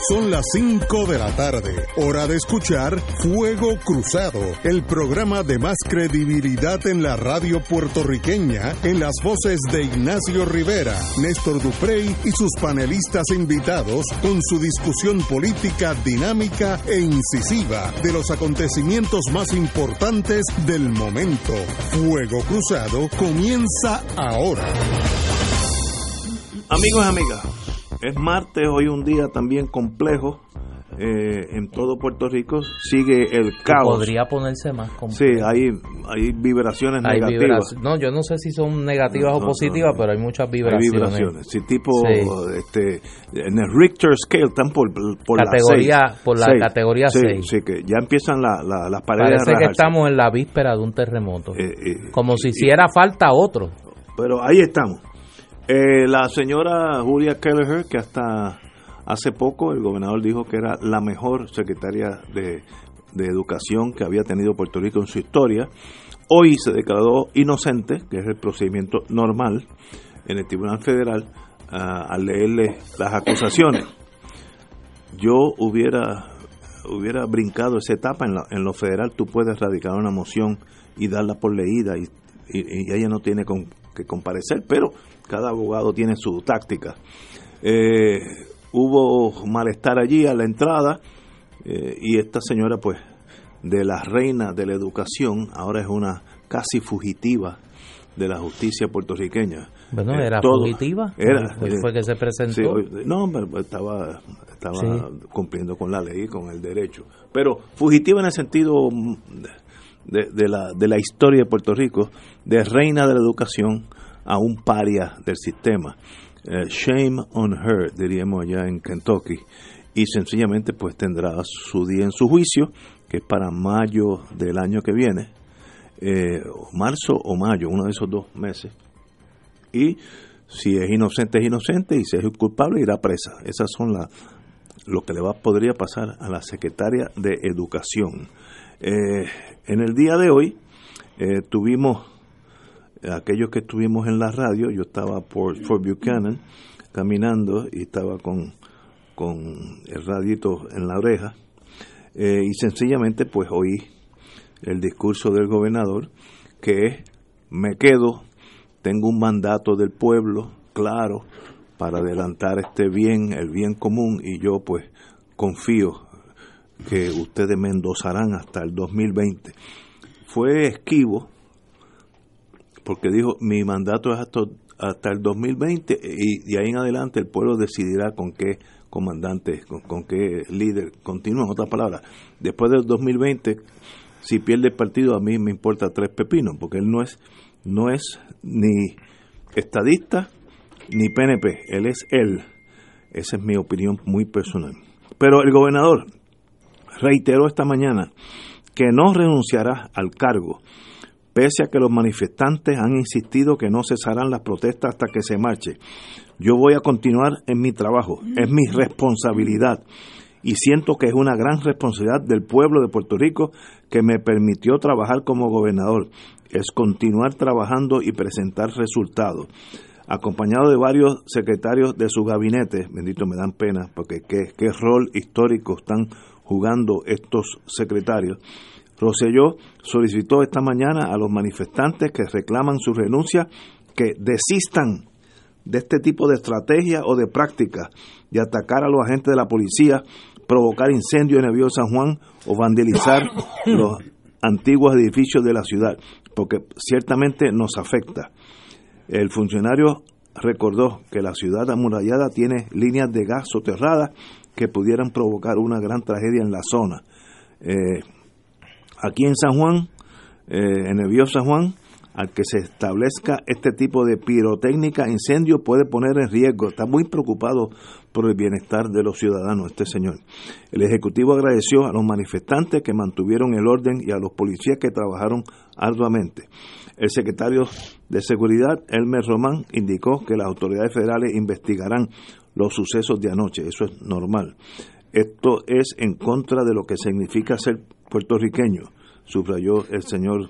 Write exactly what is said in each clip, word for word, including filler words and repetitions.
Son las cinco de la tarde, hora de escuchar Fuego Cruzado, el programa de más credibilidad en la radio puertorriqueña, en las voces de Ignacio Rivera, Néstor Duprey y sus panelistas invitados, con su discusión política dinámica e incisiva de los acontecimientos más importantes del momento. Fuego Cruzado comienza ahora. Amigos y amigas, es martes, hoy un día también complejo eh, en todo Puerto Rico, sigue el caos. Podría ponerse más complejo. Sí, hay, hay vibraciones hay negativas. Vibrac- no, yo no sé si son negativas no, no, o positivas, no, no. pero hay muchas vibraciones. Hay vibraciones, sí, tipo, sí. este, en el Richter Scale están por, por categoría, la seis. Por la seis. categoría sí, seis. Sí, que ya empiezan la, la, las paredes Parece a rajarse. que estamos en la víspera de un terremoto, eh, eh, como si y, hiciera y, falta otro. Pero ahí estamos. Eh, la señora Julia Kelleher, que hasta hace poco el gobernador dijo que era la mejor secretaria de, de educación que había tenido Puerto Rico en su historia, hoy se declaró inocente, que es el procedimiento normal en el Tribunal Federal, uh, al leerle las acusaciones. Yo hubiera hubiera brincado esa etapa. En, la, en lo federal tú puedes radicar una moción y darla por leída y, y, y ella no tiene con, que comparecer, pero cada abogado tiene su táctica. Eh, hubo malestar allí a la entrada eh, y esta señora, pues, de la reina de la educación, ahora es una casi fugitiva de la justicia puertorriqueña. Bueno, eh, era todo, fugitiva. Era, pues fue que se presentó. Sí, no, estaba, estaba sí. cumpliendo con la ley, con el derecho. Pero fugitiva en el sentido de, de, la, de la historia de Puerto Rico, de reina de la educación a un paria del sistema. Uh, shame on her, diríamos allá en Kentucky. Y sencillamente pues tendrá su día en su juicio, que es para mayo del año que viene, eh, marzo o mayo, uno de esos dos meses. Y si es inocente, es inocente, y si es culpable, irá presa. Esas son las lo que le va podría pasar a la secretaria de Educación. Eh, en el día de hoy eh, tuvimos aquellos que estuvimos en la radio, yo estaba por Fort Buchanan caminando y estaba con, con el radito en la oreja eh, y sencillamente pues oí el discurso del gobernador, que es: me quedo, tengo un mandato del pueblo claro para adelantar este bien, el bien común, y yo pues confío que ustedes me endosarán hasta el dos mil veinte. Fue esquivo porque dijo: mi mandato es hasta, hasta el dos mil veinte y de ahí en adelante el pueblo decidirá con qué comandante, con, con qué líder continúa. En otras palabras, después del dos mil veinte, si pierde el partido, a mí me importa tres pepinos, porque él no es, no es ni estadista ni P N P, él es él. Esa es mi opinión muy personal. Pero el gobernador reiteró esta mañana que no renunciará al cargo, pese a que los manifestantes han insistido que no cesarán las protestas hasta que se marche. Yo voy a continuar en mi trabajo, es mi responsabilidad, y siento que es una gran responsabilidad del pueblo de Puerto Rico que me permitió trabajar como gobernador, es continuar trabajando y presentar resultados. Acompañado de varios secretarios de su gabinete, bendito, me dan pena, porque qué, qué rol histórico están jugando estos secretarios. Rosselló solicitó esta mañana a los manifestantes que reclaman su renuncia que desistan de este tipo de estrategia o de práctica de atacar a los agentes de la policía, provocar incendios en el Viejo San Juan o vandalizar los antiguos edificios de la ciudad, porque ciertamente nos afecta. El funcionario recordó que la ciudad amurallada tiene líneas de gas soterradas que pudieran provocar una gran tragedia en la zona. Eh, Aquí en San Juan, eh, en el Viejo San Juan, al que se establezca este tipo de pirotécnica, incendio puede poner en riesgo. Está muy preocupado por el bienestar de los ciudadanos este señor. El Ejecutivo agradeció a los manifestantes que mantuvieron el orden y a los policías que trabajaron arduamente. El secretario de Seguridad, Elmer Román, indicó que las autoridades federales investigarán los sucesos de anoche. Eso es normal. Esto es en contra de lo que significa ser puertorriqueño, subrayó el señor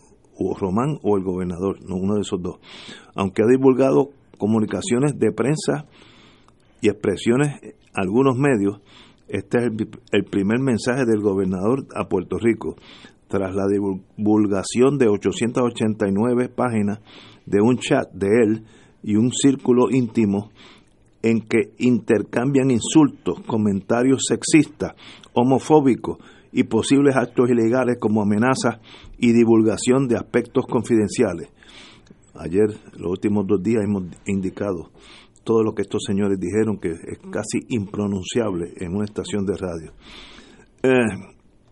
Román o el gobernador, no uno de esos dos. Aunque ha divulgado comunicaciones de prensa y expresiones algunos medios, este es el, el primer mensaje del gobernador a Puerto Rico, tras la divulgación de ochocientas ochenta y nueve páginas de un chat de él y un círculo íntimo en que intercambian insultos, comentarios sexistas, homofóbicos y posibles actos ilegales como amenazas y divulgación de aspectos confidenciales. Ayer, los últimos dos días, hemos indicado todo lo que estos señores dijeron, que es casi impronunciable en una estación de radio. Eh,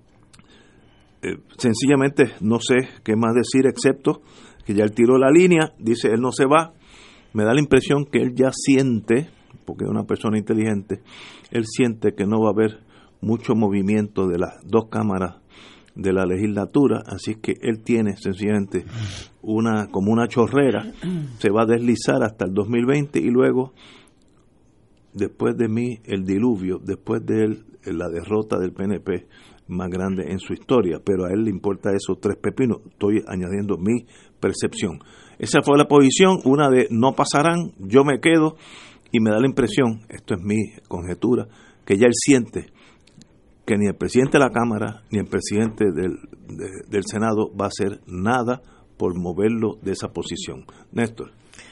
eh, sencillamente no sé qué más decir, excepto que ya él tiró la línea, dice él no se va. Me da la impresión que él ya siente, porque es una persona inteligente, él siente que no va a haber mucho movimiento de las dos cámaras de la legislatura, así que él tiene sencillamente una como una chorrera, se va a deslizar hasta el dos mil veinte y luego, después de mí, el diluvio, después de él, la derrota del P N P más grande en su historia, pero a él le importa esos tres pepinos, estoy añadiendo mi percepción. Esa fue la posición, una de no pasarán, yo me quedo, y me da la impresión, esto es mi conjetura, que ya él siente que ni el presidente de la Cámara ni el presidente del, de, del Senado va a hacer nada por moverlo de esa posición. Néstor.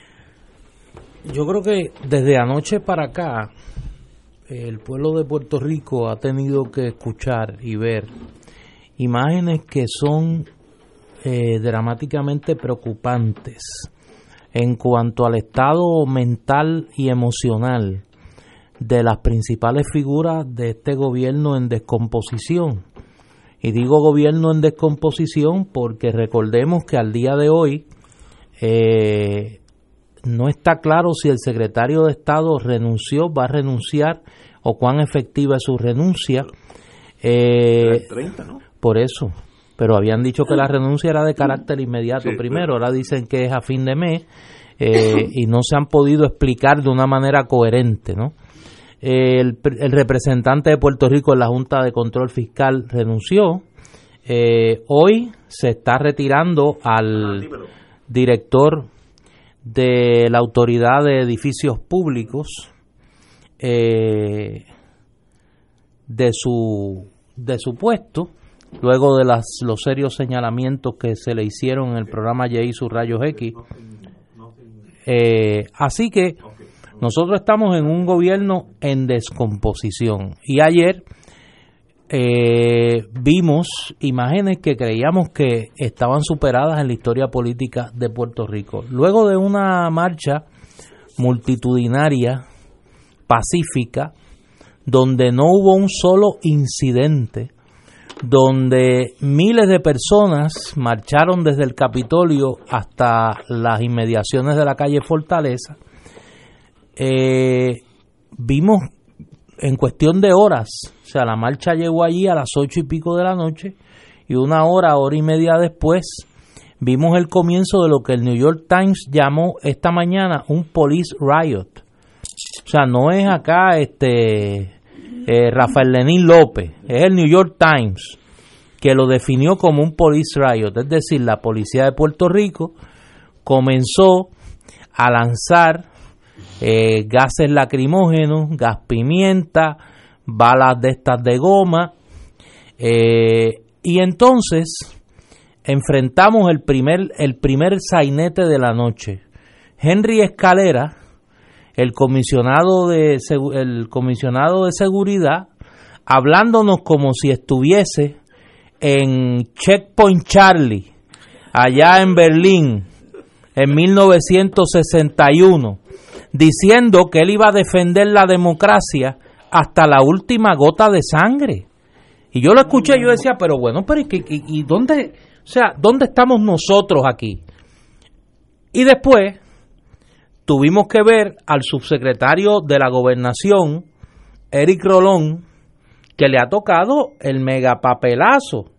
Yo creo que desde anoche para acá el pueblo de Puerto Rico ha tenido que escuchar y ver imágenes que son eh, dramáticamente preocupantes en cuanto al estado mental y emocional de las principales figuras de este gobierno en descomposición. Y digo gobierno en descomposición porque recordemos que al día de hoy eh, no está claro si el secretario de Estado renunció, va a renunciar o cuán efectiva es su renuncia. Eh, treinta, ¿no? Por eso. Pero habían dicho que la renuncia era de carácter inmediato sí, primero, ahora dicen que es a fin de mes eh, y no se han podido explicar de una manera coherente, ¿no? El, el representante de Puerto Rico en la Junta de Control Fiscal renunció. Eh, hoy se está retirando al director de la Autoridad de Edificios Públicos eh, de su de su puesto, luego de las, los serios señalamientos que se le hicieron en el programa Y I sus Rayos X. Eh, así que nosotros estamos en un gobierno en descomposición y ayer eh, vimos imágenes que creíamos que estaban superadas en la historia política de Puerto Rico. Luego de una marcha multitudinaria, pacífica, donde no hubo un solo incidente, donde miles de personas marcharon desde el Capitolio hasta las inmediaciones de la calle Fortaleza, Eh, vimos en cuestión de horas, o sea, la marcha llegó allí a las ocho y pico de la noche y una hora, hora y media después vimos el comienzo de lo que el New York Times llamó esta mañana un police riot. O sea, no es acá este eh, Rafael Lenín López, es el New York Times que lo definió como un police riot, es decir, la policía de Puerto Rico comenzó a lanzar Eh, gases lacrimógenos, gas pimienta, balas de estas de goma, eh, y entonces enfrentamos el primer el primer sainete de la noche. Henry Escalera, el comisionado de el comisionado de seguridad, hablándonos como si estuviese en Checkpoint Charlie, allá en Berlín, en mil novecientos sesenta y uno. Diciendo que él iba a defender la democracia hasta la última gota de sangre. Y yo lo escuché y yo decía, pero bueno, pero ¿y, y, y dónde, o sea, dónde estamos nosotros aquí? Y después tuvimos que ver al subsecretario de la Gobernación, Eric Rolón, que le ha tocado el megapapelazo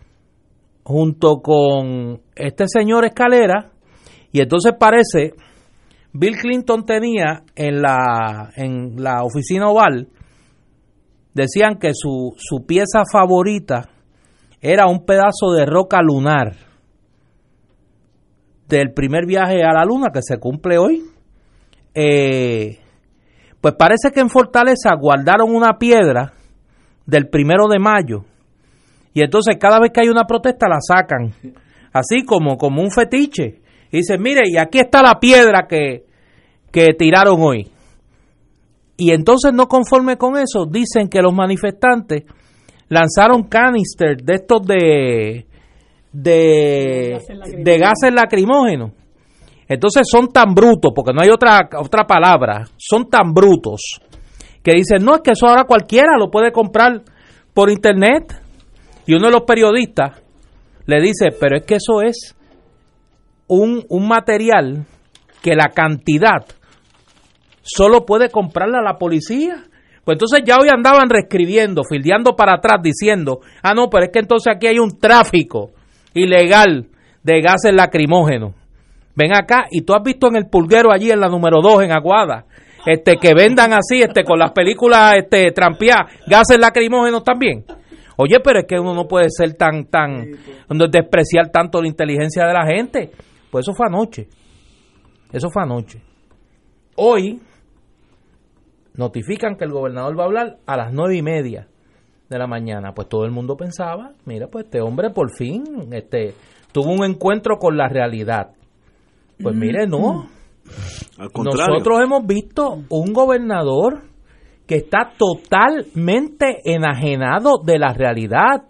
junto con este señor Escalera, y entonces parece... Bill Clinton tenía en la en la oficina oval, decían que su, su pieza favorita era un pedazo de roca lunar del primer viaje a la luna que se cumple hoy, eh, Pues parece que en Fortaleza guardaron una piedra del primero de mayo y entonces cada vez que hay una protesta la sacan, así como, como un fetiche. Y dicen, mire, y aquí está la piedra que, que tiraron hoy. Y entonces, no conforme con eso, dicen que los manifestantes lanzaron canister de estos de de, de gases lacrimógenos. Entonces son tan brutos, porque no hay otra otra palabra, son tan brutos que dicen, no, es que eso ahora cualquiera lo puede comprar por internet. Y uno de los periodistas le dice, pero es que eso es un, un material que la cantidad solo puede comprarla la policía. Pues entonces ya hoy andaban reescribiendo, fildeando para atrás, diciendo, ah, no, pero es que entonces aquí hay un tráfico ilegal de gases lacrimógenos. Ven acá, y tú has visto en el pulguero allí en la número dos en Aguada, este, que vendan así, este, con las películas, este, trampeadas, gases lacrimógenos también. Oye, pero es que uno no puede ser tan, tan, despreciar tanto la inteligencia de la gente. Pues eso fue anoche. Eso fue anoche. Hoy notifican que el gobernador va a hablar a las nueve y media de la mañana. Pues todo el mundo pensaba, mira, pues este hombre por fin, este, tuvo un encuentro con la realidad. Pues mire, no. Al contrario. Nosotros hemos visto un gobernador que está totalmente enajenado de la realidad.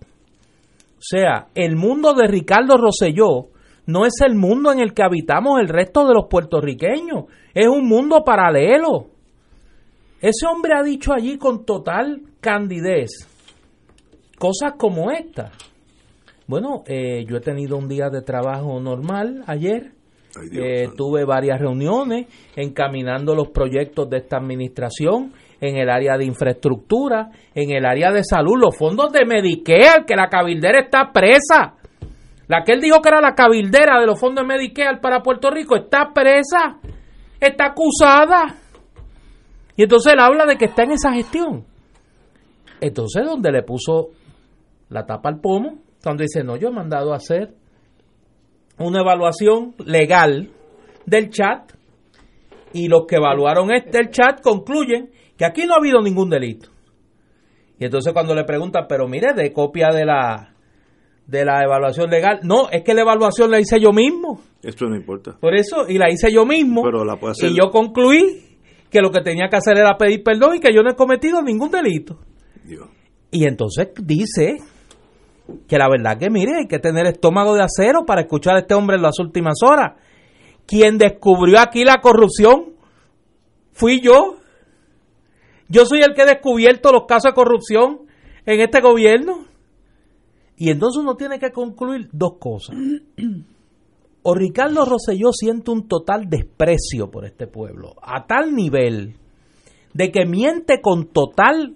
O sea, el mundo de Ricardo Rosselló no es el mundo en el que habitamos el resto de los puertorriqueños. Es un mundo paralelo. Ese hombre ha dicho allí con total candidez cosas como esta. Bueno, eh, yo he tenido un día de trabajo normal ayer. Ay, Dios, eh, tuve varias reuniones encaminando los proyectos de esta administración en el área de infraestructura, en el área de salud, los fondos de Medicare, que la cabildera está presa. La que él dijo que era la cabildera de los fondos de Medicare para Puerto Rico está presa, está acusada. Y entonces él habla de que está en esa gestión. Entonces, donde le puso la tapa al pomo, cuando dice, no, yo he mandado a hacer una evaluación legal del chat y los que evaluaron este el chat concluyen que aquí no ha habido ningún delito. Y entonces cuando le preguntan, pero mire, de copia de la de la evaluación legal, no, es que la evaluación la hice yo mismo. Esto no importa. Por eso, y la hice yo mismo, pero la puede hacer. Y yo concluí que lo que tenía que hacer era pedir perdón y que yo no he cometido ningún delito. Dios. Y entonces dice que la verdad que, mire, hay que tener estómago de acero para escuchar a este hombre en las últimas horas. Quien descubrió aquí la corrupción fui yo. Yo soy el que he descubierto los casos de corrupción en este gobierno. Y entonces uno tiene que concluir dos cosas. O Ricardo Rosselló siente un total desprecio por este pueblo, a tal nivel de que miente con total,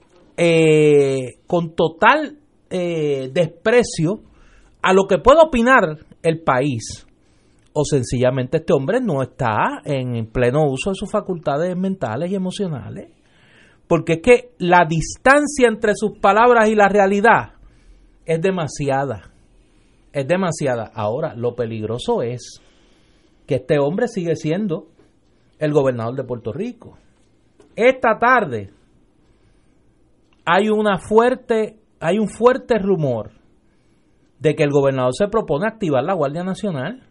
eh, con total eh, desprecio a lo que puede opinar el país. O sencillamente este hombre no está en pleno uso de sus facultades mentales y emocionales. Porque es que la distancia entre sus palabras y la realidad es demasiada. Es demasiada. Ahora, lo peligroso es que este hombre sigue siendo el gobernador de Puerto Rico. Esta tarde hay una fuerte, hay un fuerte rumor de que el gobernador se propone activar la Guardia Nacional.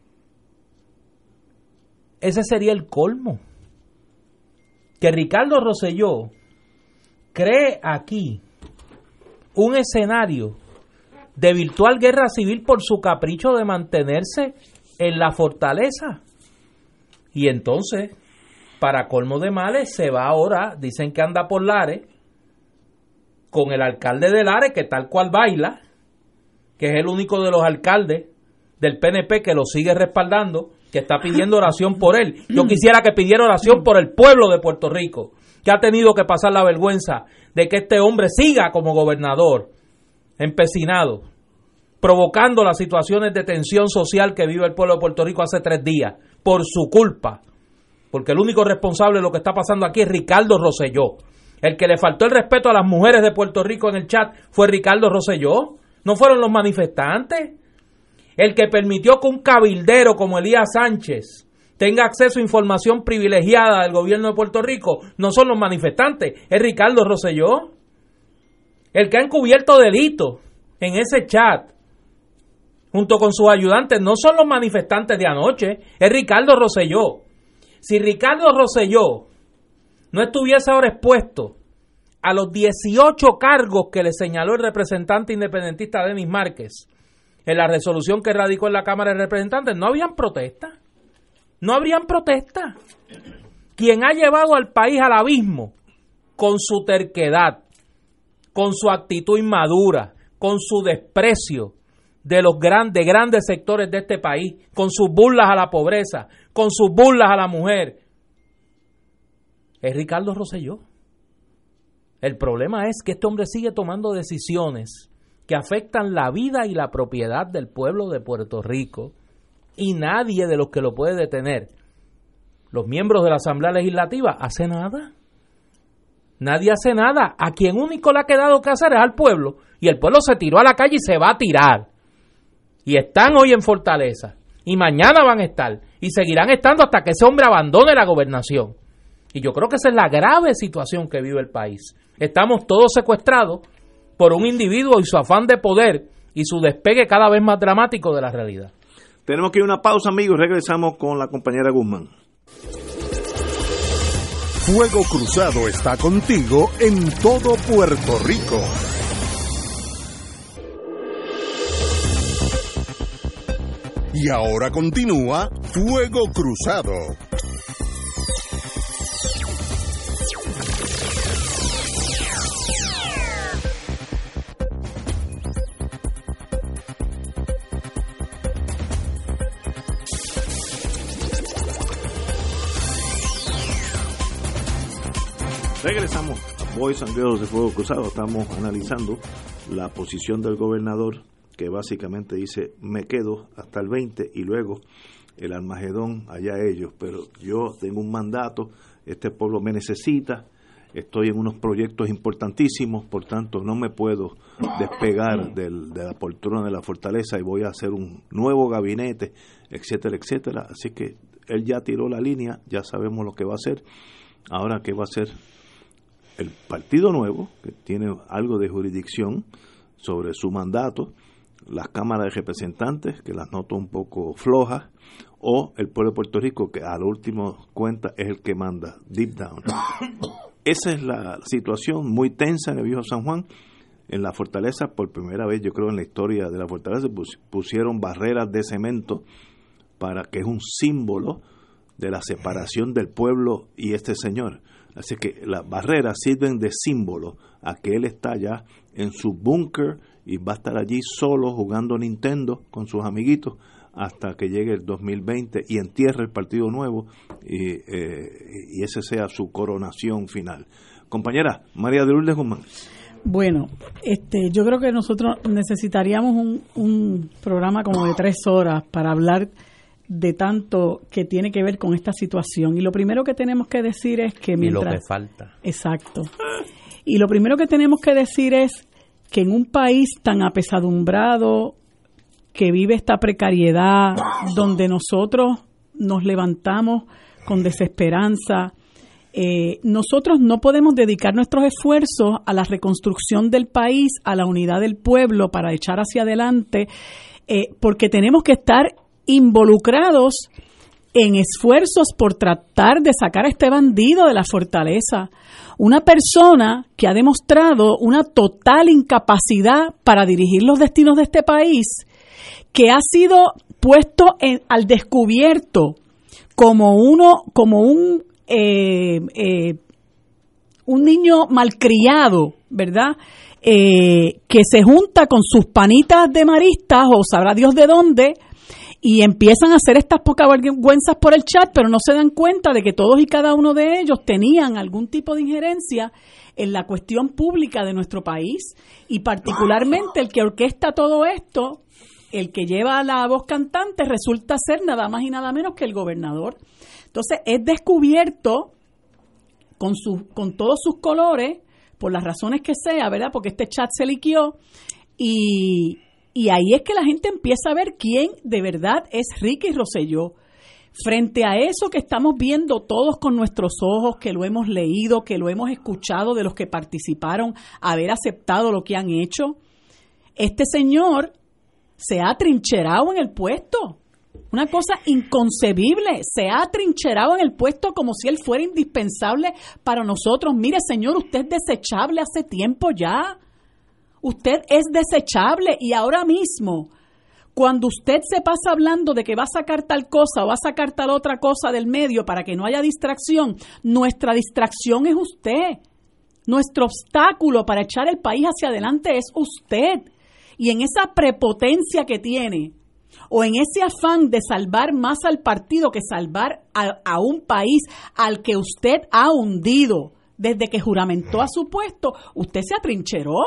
Ese sería el colmo. Que Ricardo Rosselló cree aquí un escenario de virtual guerra civil por su capricho de mantenerse en la fortaleza. Y entonces, para colmo de males, se va ahora, dicen que anda por Lares, con el alcalde de Lares, que tal cual baila, que es el único de los alcaldes del P N P que lo sigue respaldando, que está pidiendo oración por él. Yo quisiera que pidiera oración por el pueblo de Puerto Rico, que ha tenido que pasar la vergüenza de que este hombre siga como gobernador, empecinado, provocando las situaciones de tensión social que vive el pueblo de Puerto Rico hace tres días, por su culpa. Porque el único responsable de lo que está pasando aquí es Ricardo Rosselló. El que le faltó el respeto a las mujeres de Puerto Rico en el chat fue Ricardo Rosselló, no fueron los manifestantes. El que permitió que un cabildero como Elías Sánchez tenga acceso a información privilegiada del gobierno de Puerto Rico, no son los manifestantes, es Ricardo Rosselló. El que ha encubierto delitos en ese chat, junto con sus ayudantes, no son los manifestantes de anoche, es Ricardo Rosselló. Si Ricardo Rosselló no estuviese ahora expuesto a los dieciocho cargos que le señaló el representante independentista Denis Márquez en la resolución que radicó en la Cámara de Representantes, no habrían protestas. No habrían protestas. Quien ha llevado al país al abismo con su terquedad, con su actitud inmadura, con su desprecio de los grandes, grandes sectores de este país, con sus burlas a la pobreza, con sus burlas a la mujer, es Ricardo Rosselló. El problema es que este hombre sigue tomando decisiones que afectan la vida y la propiedad del pueblo de Puerto Rico y nadie de los que lo puede detener, los miembros de la Asamblea Legislativa, hace nada. Nadie hace nada. A quien único le ha quedado que hacer es al pueblo, y el pueblo se tiró a la calle y se va a tirar. Y están hoy en Fortaleza, y mañana van a estar, y seguirán estando hasta que ese hombre abandone la gobernación. Y yo creo que esa es la grave situación que vive el país. Estamos todos secuestrados por un individuo y su afán de poder y su despegue cada vez más dramático de la realidad. Tenemos que ir a una pausa, amigos. Regresamos con la compañera Guzmán. Fuego Cruzado está contigo en todo Puerto Rico. Y ahora continúa Fuego Cruzado. Regresamos a Boys and Girls de Fuego Cruzado. Estamos analizando la posición del gobernador, que básicamente dice: me quedo hasta el veinte y luego el Armagedón allá ellos, pero yo tengo un mandato, este pueblo me necesita, estoy en unos proyectos importantísimos, por tanto no me puedo despegar del, de la poltrona de la fortaleza y voy a hacer un nuevo gabinete, etcétera, etcétera. Así que él ya tiró la línea, ya sabemos lo que va a hacer. Ahora, ¿qué va a hacer el Partido Nuevo, que tiene algo de jurisdicción sobre su mandato, las cámaras de representantes, que las noto un poco flojas, o el pueblo de Puerto Rico, que a la última cuenta es el que manda, deep down? Esa es la situación muy tensa en el viejo San Juan. En la fortaleza, por primera vez, yo creo, en la historia de la fortaleza, pusieron barreras de cemento para que es un símbolo de la separación del pueblo y este señor. Así que las barreras sirven de símbolo a que él está ya en su búnker y va a estar allí solo jugando Nintendo con sus amiguitos hasta que llegue el dos mil veinte y entierre el Partido Nuevo y, eh, y ese sea su coronación final. Compañera María de Lourdes Guzmán. Bueno, este, yo creo que nosotros necesitaríamos un, un programa como de tres horas para hablar de tanto que tiene que ver con esta situación. Y lo primero que tenemos que decir es que mientras... Y lo que falta. Exacto. Y lo primero que tenemos que decir es que en un país tan apesadumbrado, que vive esta precariedad, donde nosotros nos levantamos con desesperanza, eh, nosotros no podemos dedicar nuestros esfuerzos a la reconstrucción del país, a la unidad del pueblo, para echar hacia adelante, eh, porque tenemos que estar involucrados en esfuerzos por tratar de sacar a este bandido de la fortaleza. Una persona que ha demostrado una total incapacidad para dirigir los destinos de este país, que ha sido puesto en, al descubierto como uno, como un eh, eh, un niño malcriado, ¿verdad? Eh, que se junta con sus panitas de maristas o sabrá Dios de dónde, y empiezan a hacer estas pocas vergüenzas por el chat, pero no se dan cuenta de que todos y cada uno de ellos tenían algún tipo de injerencia en la cuestión pública de nuestro país, y particularmente el que orquesta todo esto, el que lleva la voz cantante, resulta ser nada más y nada menos que el gobernador. Entonces es descubierto con, su, con todos sus colores, por las razones que sea, ¿verdad? Porque este chat se liqueó, y... Y ahí es que la gente empieza a ver quién de verdad es Ricky Rosselló. Frente a eso que estamos viendo todos con nuestros ojos, que lo hemos leído, que lo hemos escuchado de los que participaron, haber aceptado lo que han hecho, este señor se ha atrincherado en el puesto. Una cosa inconcebible, se ha atrincherado en el puesto como si él fuera indispensable para nosotros. Mire, señor, usted es desechable hace tiempo ya. Usted es desechable y ahora mismo, cuando usted se pasa hablando de que va a sacar tal cosa o va a sacar tal otra cosa del medio para que no haya distracción, nuestra distracción es usted. Nuestro obstáculo para echar el país hacia adelante es usted. Y en esa prepotencia que tiene, o en ese afán de salvar más al partido que salvar a, a un país al que usted ha hundido desde que juramentó a su puesto, usted se atrincheró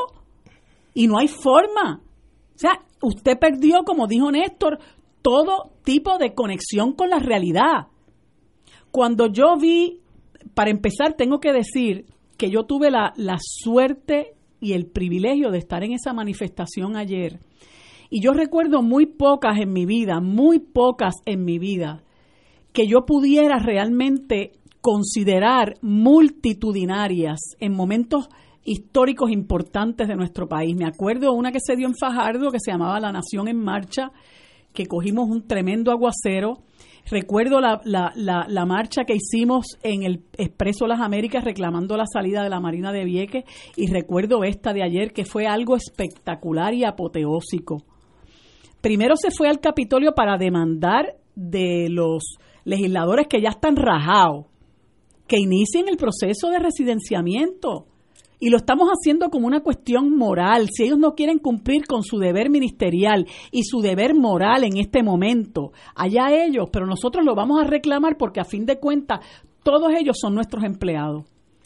y no hay forma. O sea, usted perdió, como dijo Néstor, todo tipo de conexión con la realidad. Cuando yo vi, para empezar, tengo que decir que yo tuve la, la suerte y el privilegio de estar en esa manifestación ayer. Y yo recuerdo muy pocas en mi vida, muy pocas en mi vida, que yo pudiera realmente considerar multitudinarias en momentos históricos importantes de nuestro país. Me acuerdo una que se dio en Fajardo, que se llamaba La Nación en Marcha, que cogimos un tremendo aguacero. Recuerdo la, la, la, la marcha que hicimos en el Expreso Las Américas reclamando la salida de la Marina de Vieques, y recuerdo esta de ayer, que fue algo espectacular y apoteósico. Primero se fue al Capitolio para demandar de los legisladores que ya están rajados, que inicien el proceso de residenciamiento. Y lo estamos haciendo como una cuestión moral. Si ellos no quieren cumplir con su deber ministerial y su deber moral en este momento, allá ellos, pero nosotros lo vamos a reclamar porque a fin de cuentas todos ellos son nuestros empleados.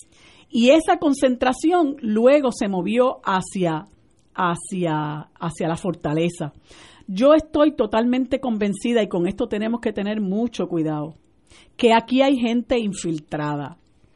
Y esa concentración luego se movió hacia, hacia, hacia la fortaleza. Yo estoy totalmente convencida, y con esto tenemos que tener mucho cuidado, que aquí hay gente infiltrada.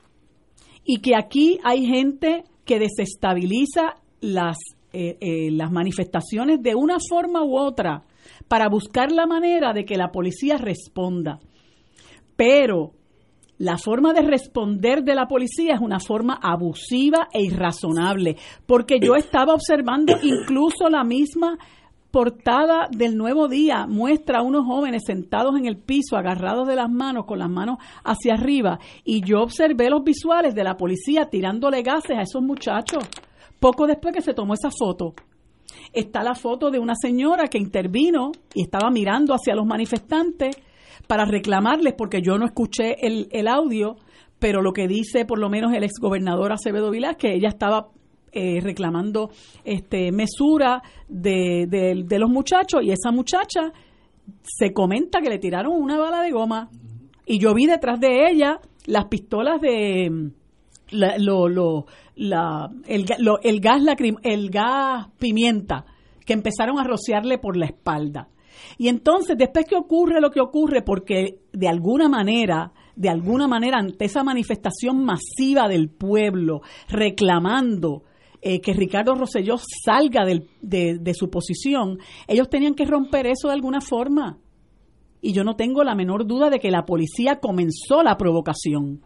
Y que aquí hay gente que desestabiliza las, eh, eh, las manifestaciones de una forma u otra para buscar la manera de que la policía responda. Pero la forma de responder de la policía es una forma abusiva e irrazonable, porque yo estaba observando incluso la misma portada del Nuevo Día, muestra a unos jóvenes sentados en el piso, agarrados de las manos, con las manos hacia arriba, y yo observé los visuales de la policía tirándole gases a esos muchachos, poco después que se tomó esa foto. Está la foto de una señora que intervino y estaba mirando hacia los manifestantes para reclamarles, porque yo no escuché el, el audio, pero lo que dice por lo menos el exgobernador Acevedo Vilá es que ella estaba Eh, reclamando este, mesura de, de, de los muchachos, y esa muchacha se comenta que le tiraron una bala de goma, y yo vi detrás de ella las pistolas de la, lo, lo, la, el, lo, el gas lacrim, el gas pimienta que empezaron a rociarle por la espalda. Y entonces, después que ocurre lo que ocurre, porque de alguna manera de alguna manera ante esa manifestación masiva del pueblo reclamando Eh, que Ricardo Rosselló salga del, de, de su posición, ellos tenían que romper eso de alguna forma. Y yo no tengo la menor duda de que la policía comenzó la provocación.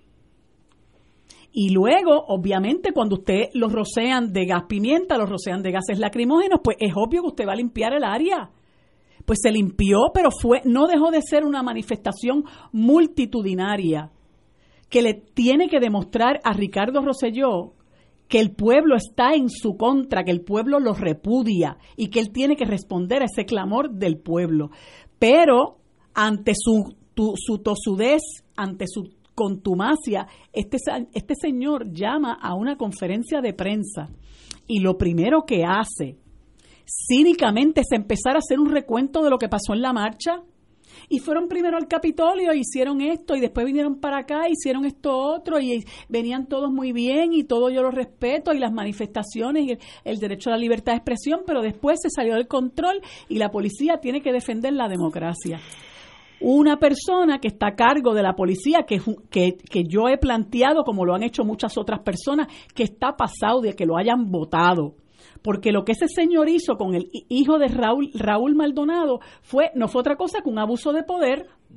Y luego, obviamente, cuando usted los rocean de gas pimienta, los rocean de gases lacrimógenos, pues es obvio que usted va a limpiar el área. Pues se limpió, pero fue no dejó de ser una manifestación multitudinaria que le tiene que demostrar a Ricardo Rosselló que el pueblo está en su contra, que el pueblo lo repudia y que él tiene que responder a ese clamor del pueblo. Pero ante su, tu, su tosudez, ante su contumacia, este, este señor llama a una conferencia de prensa y lo primero que hace cínicamente es empezar a hacer un recuento de lo que pasó en la marcha. Y fueron primero al Capitolio, hicieron esto, y después vinieron para acá, hicieron esto otro, y venían todos muy bien, y todo yo lo respeto, y las manifestaciones, y el, el derecho a la libertad de expresión, pero después se salió del control, y la policía tiene que defender la democracia. Una persona que está a cargo de la policía, que, que, que yo he planteado, como lo han hecho muchas otras personas, que está pasado de que lo hayan votado. Porque lo que ese señor hizo con el hijo de Raúl, Raúl Maldonado fue no fue otra cosa que un abuso de poder,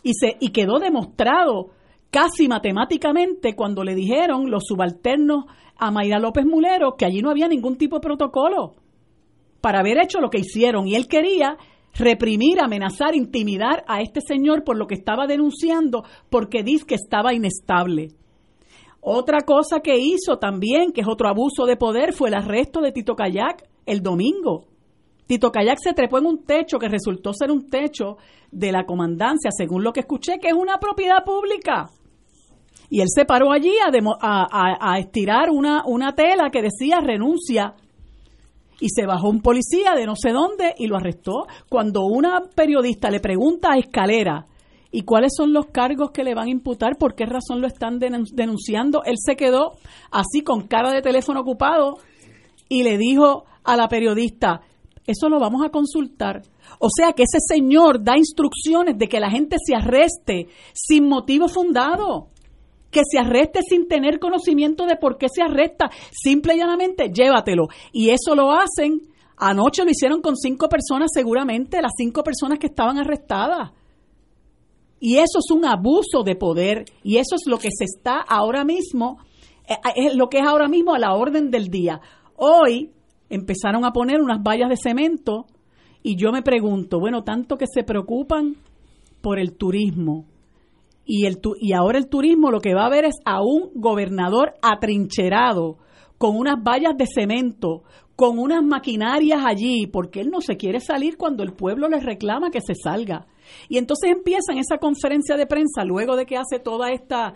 Y, se, y quedó demostrado casi matemáticamente cuando le dijeron los subalternos a Mayra López Mulero que allí no había ningún tipo de protocolo para haber hecho lo que hicieron. Y él quería reprimir, amenazar, intimidar a este señor por lo que estaba denunciando, porque dice que estaba inestable. Otra cosa que hizo también, que es otro abuso de poder, fue el arresto de Tito Kayak el domingo. Tito Kayak se trepó en un techo que resultó ser un techo de la comandancia, según lo que escuché, que es una propiedad pública. Y él se paró allí a, demo, a, a, a estirar una, una tela que decía renuncia. Y se bajó un policía de no sé dónde y lo arrestó. Cuando una periodista le pregunta a Escalera, ¿y cuáles son los cargos que le van a imputar? ¿Por qué razón lo están denunciando? Él se quedó así con cara de teléfono ocupado y le dijo a la periodista, eso lo vamos a consultar. O sea que ese señor da instrucciones de que la gente se arreste sin motivo fundado, que se arreste sin tener conocimiento de por qué se arresta, simple y llanamente llévatelo. Y eso lo hacen, anoche lo hicieron con cinco personas seguramente, las cinco personas que estaban arrestadas. Y eso es un abuso de poder, y eso es lo que se está ahora mismo, es lo que es ahora mismo a la orden del día. Hoy empezaron a poner unas vallas de cemento y yo me pregunto, bueno, tanto que se preocupan por el turismo y el tu- y ahora el turismo lo que va a ver es a un gobernador atrincherado con unas vallas de cemento, con unas maquinarias allí, porque él no se quiere salir cuando el pueblo le reclama que se salga. Y entonces empiezan esa conferencia de prensa luego de que hace toda esta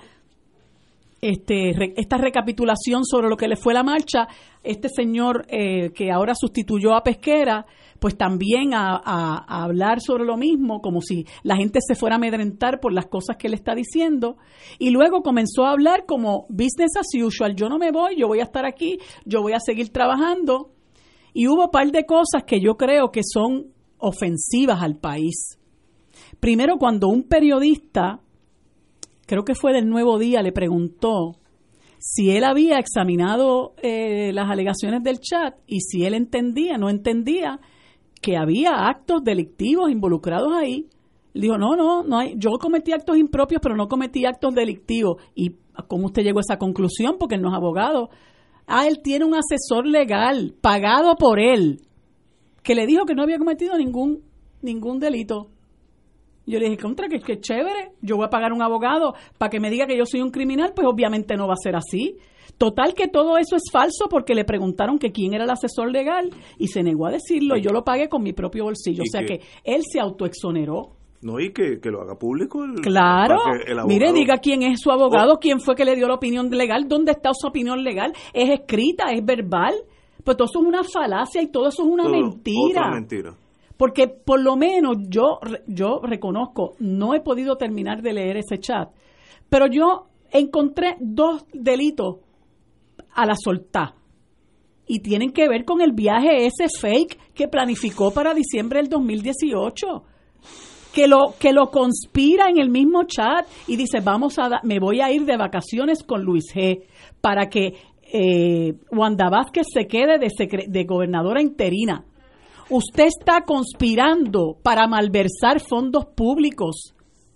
Este, re, esta recapitulación sobre lo que le fue la marcha, este señor eh, que ahora sustituyó a Pesquera, pues también a, a, a hablar sobre lo mismo, como si la gente se fuera a amedrentar por las cosas que él está diciendo, y luego comenzó a hablar como business as usual, yo no me voy, yo voy a estar aquí, yo voy a seguir trabajando, y hubo un par de cosas que yo creo que son ofensivas al país. Primero, cuando un periodista, creo que fue del Nuevo Día, le preguntó si él había examinado eh, las alegaciones del chat y si él entendía, no entendía que había actos delictivos involucrados ahí. Le dijo, no, no, no hay, yo cometí actos impropios, pero no cometí actos delictivos. ¿Y cómo usted llegó a esa conclusión? Porque él no es abogado. Ah, él tiene un asesor legal pagado por él que le dijo que no había cometido ningún, ningún delito. Yo le dije, contra, que, que chévere, yo voy a pagar un abogado para que me diga que yo soy un criminal, pues obviamente no va a ser así. Total que todo eso es falso porque le preguntaron que quién era el asesor legal y se negó a decirlo y yo lo pagué con mi propio bolsillo. O sea que, que él se autoexoneró. No, y que, que lo haga público. El, claro, el abogado, mire, diga quién es su abogado, oh. quién fue que le dio la opinión legal, dónde está su opinión legal, es escrita, es verbal. Pues todo eso es una falacia y todo eso es una todo, mentira. Otra mentira. Porque por lo menos yo, yo reconozco, no he podido terminar de leer ese chat, pero yo encontré dos delitos a la soltá y tienen que ver con el viaje ese fake que planificó para diciembre del dos mil dieciocho, que lo que lo conspira en el mismo chat y dice, vamos a da- me voy a ir de vacaciones con Luis G. para que eh, Wanda Vázquez se quede de, secre- de gobernadora interina. Usted está conspirando para malversar fondos públicos.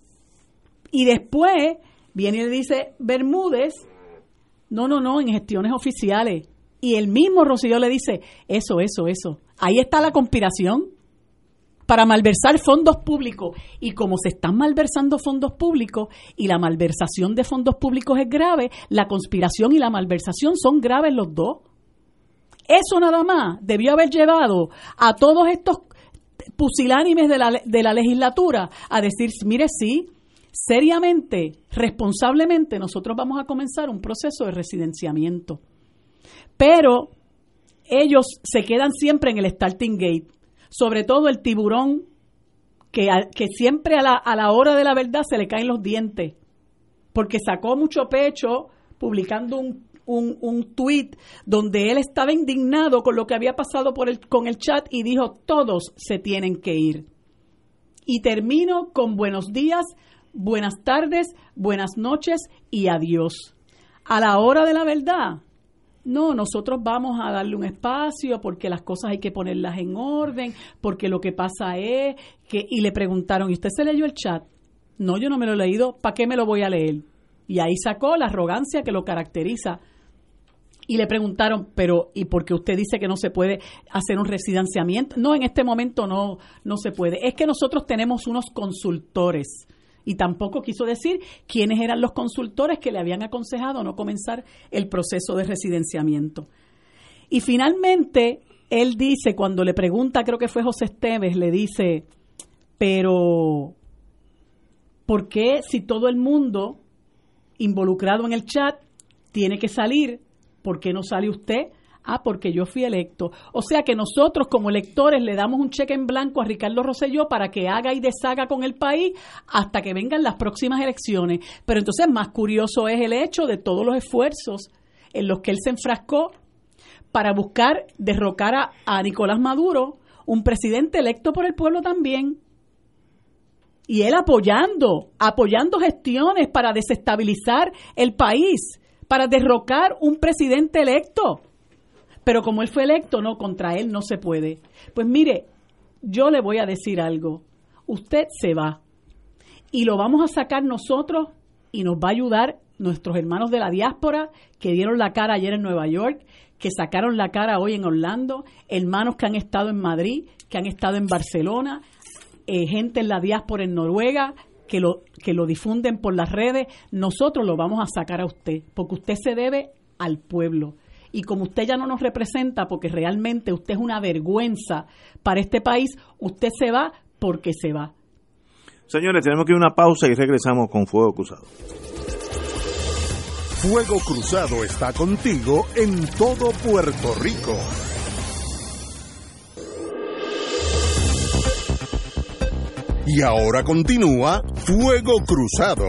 Y después viene y le dice Bermúdez, no, no, no, en gestiones oficiales. Y el mismo Rosselló le dice, eso, eso, eso. Ahí está la conspiración para malversar fondos públicos. Y como se están malversando fondos públicos y la malversación de fondos públicos es grave, la conspiración y la malversación son graves los dos. Eso nada más debió haber llevado a todos estos pusilánimes de la, de la legislatura a decir, mire, sí, seriamente, responsablemente, nosotros vamos a comenzar un proceso de residenciamiento. Pero ellos se quedan siempre en el starting gate, sobre todo el tiburón, que, que siempre a la, a la hora de la verdad se le caen los dientes, porque sacó mucho pecho publicando un Un, un tuit donde él estaba indignado con lo que había pasado por el, con el chat y dijo, todos se tienen que ir. Y termino con buenos días, buenas tardes, buenas noches y adiós. A la hora de la verdad, no, nosotros vamos a darle un espacio porque las cosas hay que ponerlas en orden, porque lo que pasa es que, y le preguntaron, ¿y usted se leyó el chat? No, yo no me lo he leído, ¿para qué me lo voy a leer? Y ahí sacó la arrogancia que lo caracteriza. Y le preguntaron, pero ¿y por qué usted dice que no se puede hacer un residenciamiento? No, en este momento no, no se puede. Es que nosotros tenemos unos consultores. Y tampoco quiso decir quiénes eran los consultores que le habían aconsejado no comenzar el proceso de residenciamiento. Y finalmente, él dice, cuando le pregunta, creo que fue José Esteves, le dice, pero ¿por qué si todo el mundo involucrado en el chat tiene que salir? ¿Por qué no sale usted? Ah, porque yo fui electo. O sea que nosotros como electores le damos un cheque en blanco a Ricardo Rosselló para que haga y deshaga con el país hasta que vengan las próximas elecciones. Pero entonces más curioso es el hecho de todos los esfuerzos en los que él se enfrascó para buscar derrocar a, a Nicolás Maduro, un presidente electo por el pueblo también. Y él apoyando, apoyando gestiones para desestabilizar el país, para derrocar un presidente electo. Pero como él fue electo, no, contra él no se puede. Pues mire, yo le voy a decir algo. Usted se va y lo vamos a sacar nosotros y nos va a ayudar nuestros hermanos de la diáspora que dieron la cara ayer en Nueva York, que sacaron la cara hoy en Orlando, hermanos que han estado en Madrid, que han estado en Barcelona, eh, gente en la diáspora en Noruega, que lo, que lo difunden por las redes. Nosotros lo vamos a sacar a usted, porque usted se debe al pueblo. Y como usted ya no nos representa, porque realmente usted es una vergüenza para este país, usted se va porque se va. Señores, tenemos que ir a una pausa y regresamos con Fuego Cruzado. Fuego Cruzado está contigo en todo Puerto Rico. Y ahora continúa Fuego Cruzado.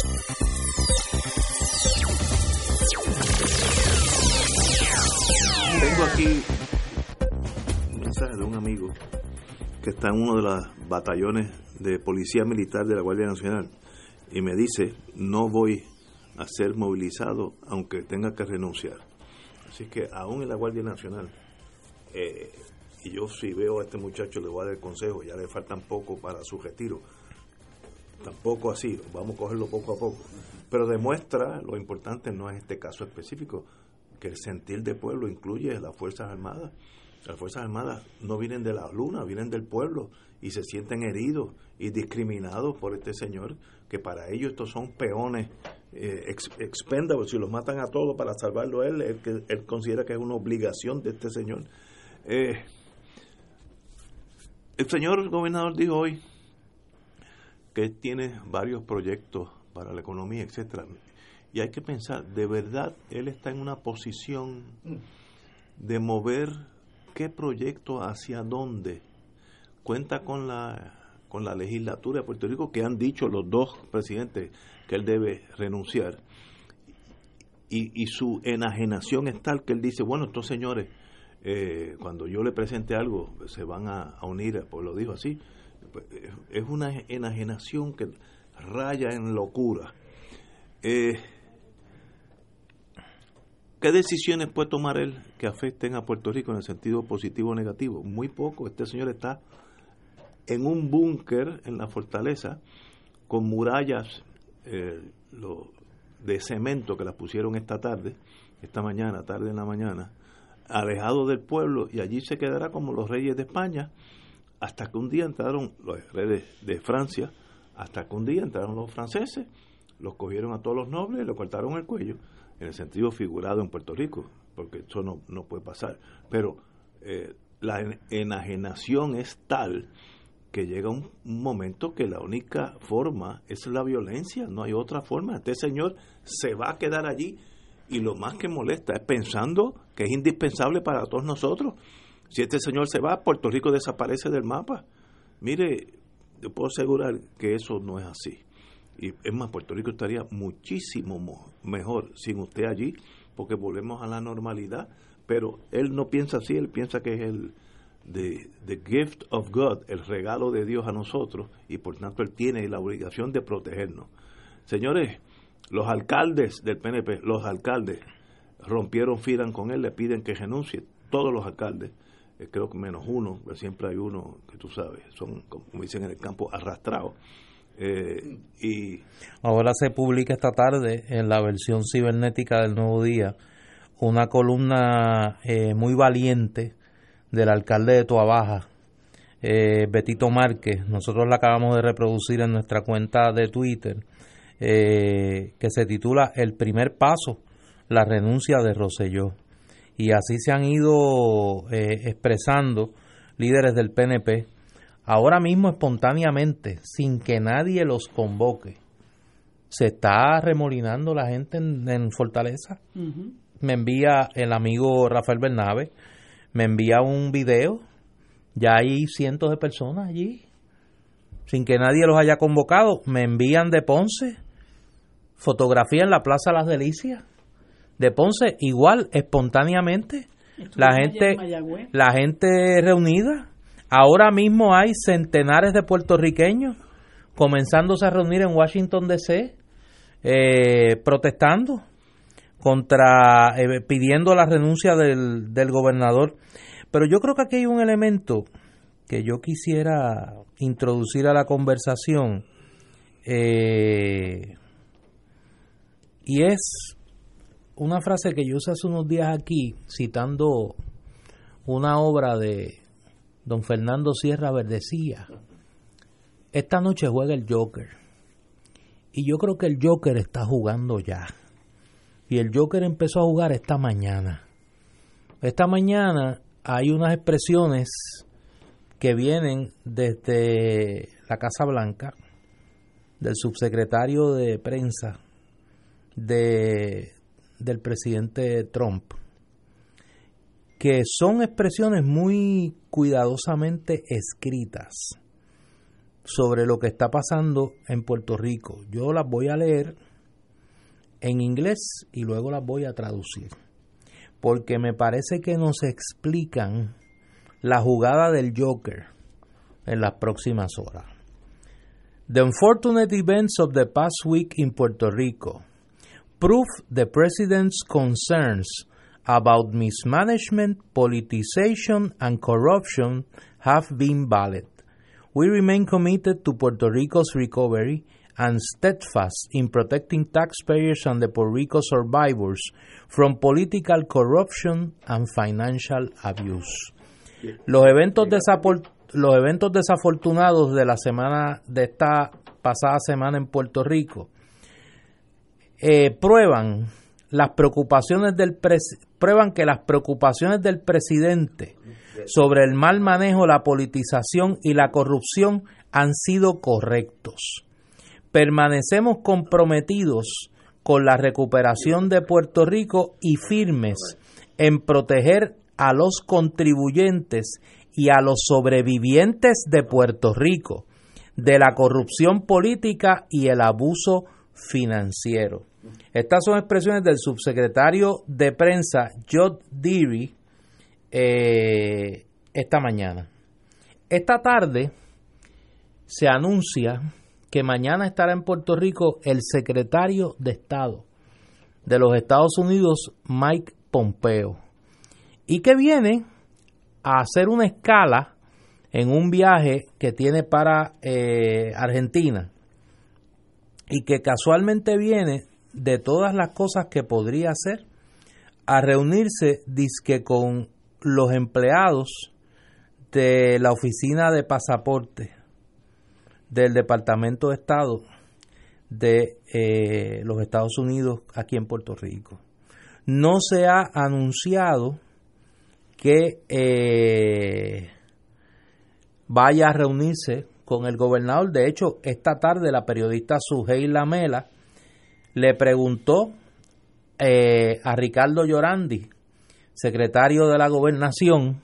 Tengo aquí un mensaje de un amigo que está en uno de los batallones de policía militar de la Guardia Nacional y me dice, no voy a ser movilizado aunque tenga que renunciar. Así que aún en la Guardia Nacional, eh, y yo si veo a este muchacho le voy a dar el consejo, ya le faltan poco para su retiro, tampoco así, vamos a cogerlo poco a poco, pero demuestra lo importante no es este caso específico, que el sentir de pueblo incluye las Fuerzas Armadas. Las Fuerzas Armadas no vienen de la luna, vienen del pueblo y se sienten heridos y discriminados por este señor, que para ellos estos son peones eh, ex, expendables, si los matan a todos para salvarlo a él, él, él, él considera que es una obligación de este señor. Eh, el señor gobernador dijo hoy que tiene varios proyectos para la economía, etcétera. Y hay que pensar, de verdad, él está en una posición de mover qué proyecto hacia dónde. Cuenta con la con la legislatura de Puerto Rico, que han dicho los dos presidentes que él debe renunciar. Y, y su enajenación es tal que él dice, bueno, estos señores, eh, cuando yo le presente algo, se van a, a unir, pues lo dijo así. Es una enajenación que raya en locura. Eh, ¿Qué decisiones puede tomar él que afecten a Puerto Rico en el sentido positivo o negativo? Muy poco. Este señor está en un búnker en la fortaleza con murallas eh, lo, de cemento que las pusieron esta tarde, esta mañana, tarde en la mañana, alejado del pueblo, y allí se quedará como los reyes de España, hasta que un día entraron los reyes de Francia, hasta que un día entraron los franceses, los cogieron a todos los nobles y le cortaron el cuello, en el sentido figurado en Puerto Rico, porque eso no, no puede pasar. Pero eh, la enajenación es tal que llega un, un momento que la única forma es la violencia, no hay otra forma. Este señor se va a quedar allí y lo más que molesta es pensando que es indispensable para todos nosotros. Si este señor se va, Puerto Rico desaparece del mapa. Mire, yo puedo asegurar que eso no es así. Y es más, Puerto Rico estaría muchísimo mejor sin usted allí, porque volvemos a la normalidad. Pero él no piensa así, él piensa que es el the, the gift of God, el regalo de Dios a nosotros, y por tanto él tiene la obligación de protegernos. Señores, los alcaldes del P N P, los alcaldes rompieron filas con él, le piden que renuncie, todos los alcaldes, eh, creo que menos uno, pero siempre hay uno que tú sabes, son, como dicen en el campo, arrastrados. Eh, y ahora se publica esta tarde en la versión cibernética del Nuevo Día una columna eh, muy valiente del alcalde de Toabaja, eh, Betito Márquez. Nosotros la acabamos de reproducir en nuestra cuenta de Twitter, eh, que se titula El primer paso, la renuncia de Rosselló. Y así se han ido eh, expresando líderes del P N P, ahora mismo espontáneamente, sin que nadie los convoque. Se está remolinando la gente en, en Fortaleza. Uh-huh. Me envía el amigo Rafael Bernabe, me envía un video, ya hay cientos de personas allí, sin que nadie los haya convocado. Me envían de Ponce, fotografía en la Plaza Las Delicias, de Ponce, igual, espontáneamente, la gente, la gente reunida. Ahora mismo hay centenares de puertorriqueños comenzándose a reunir en Washington D C, eh, protestando contra, eh, pidiendo la renuncia del, del gobernador. Pero yo creo que aquí hay un elemento que yo quisiera introducir a la conversación, eh, y es una frase que yo usé hace unos días aquí, citando una obra de don Fernando Sierra Verdecía. Esta noche juega el Joker, y yo creo que el Joker está jugando ya, y el Joker empezó a jugar esta mañana. Esta mañana hay unas expresiones que vienen desde la Casa Blanca, del subsecretario de prensa de, del presidente Trump, que son expresiones muy cuidadosamente escritas sobre lo que está pasando en Puerto Rico. Yo las voy a leer en inglés y luego las voy a traducir, porque me parece que nos explican la jugada del Joker en las próximas horas. The unfortunate events of the past week in Puerto Rico prove the president's concerns about mismanagement, politicization, and corruption have been valid. We remain committed to Puerto Rico's recovery and steadfast in protecting taxpayers and the Puerto Rico survivors from political corruption and financial abuse. Los eventos desapor- los eventos desafortunados de la semana de esta pasada semana en Puerto Rico eh, prueban las preocupaciones del pres- prueban que las preocupaciones del presidente sobre el mal manejo, la politización y la corrupción han sido correctos. Permanecemos comprometidos con la recuperación de Puerto Rico y firmes en proteger a los contribuyentes y a los sobrevivientes de Puerto Rico de la corrupción política y el abuso financiero. Estas son expresiones del subsecretario de prensa Joe Deary eh, esta mañana. Esta tarde se anuncia que mañana estará en Puerto Rico el secretario de Estado de los Estados Unidos, Mike Pompeo, y que viene a hacer una escala en un viaje que tiene para eh, Argentina, y que casualmente viene de todas las cosas que podría hacer a reunirse dizque con los empleados de la oficina de pasaporte del Departamento de Estado de eh, los Estados Unidos aquí en Puerto Rico. No se ha anunciado que eh, vaya a reunirse con el gobernador. De hecho, esta tarde la periodista Sujei Lamela le preguntó eh, a Ricardo Llorandi, secretario de la Gobernación,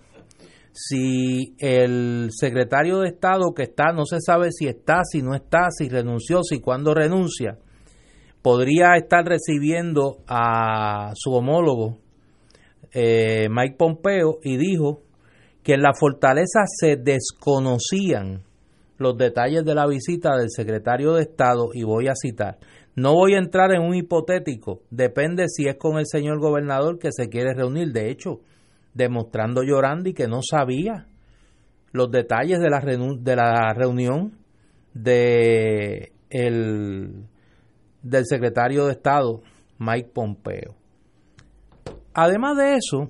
si el secretario de Estado que está, no se sabe si está, si no está, si renunció, si cuándo renuncia, podría estar recibiendo a su homólogo eh, Mike Pompeo, y dijo que en la fortaleza se desconocían los detalles de la visita del secretario de Estado, y voy a citar: no voy a entrar en un hipotético, depende si es con el señor gobernador que se quiere reunir. De hecho, demostrando Llorandi que no sabía los detalles de la, reun- de la reunión de el del secretario de Estado Mike Pompeo. Además de eso,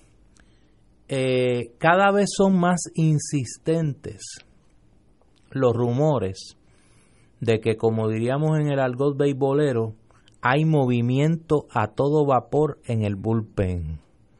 eh, cada vez son más insistentes los rumores de que, como diríamos en el argot beisbolero, hay movimiento a todo vapor en el bullpen.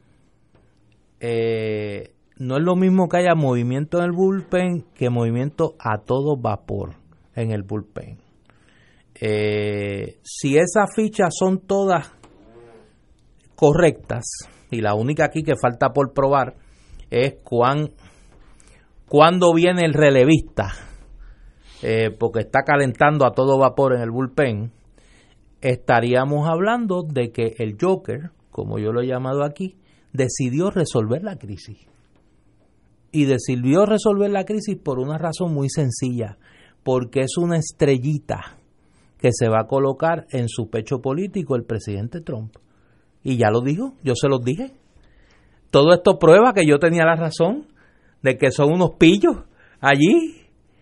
Eh, no es lo mismo que haya movimiento en el bullpen que movimiento a todo vapor en el bullpen. Eh, si esas fichas son todas correctas, y la única aquí que falta por probar es cuán, cuándo viene el relevista, eh, porque está calentando a todo vapor en el bullpen, estaríamos hablando de que el Joker, como yo lo he llamado aquí, decidió resolver la crisis. Y decidió resolver la crisis por una razón muy sencilla, porque es una estrellita que se va a colocar en su pecho político el presidente Trump. Y ya lo dijo, yo se los dije. Todo esto prueba que yo tenía la razón de que son unos pillos allí.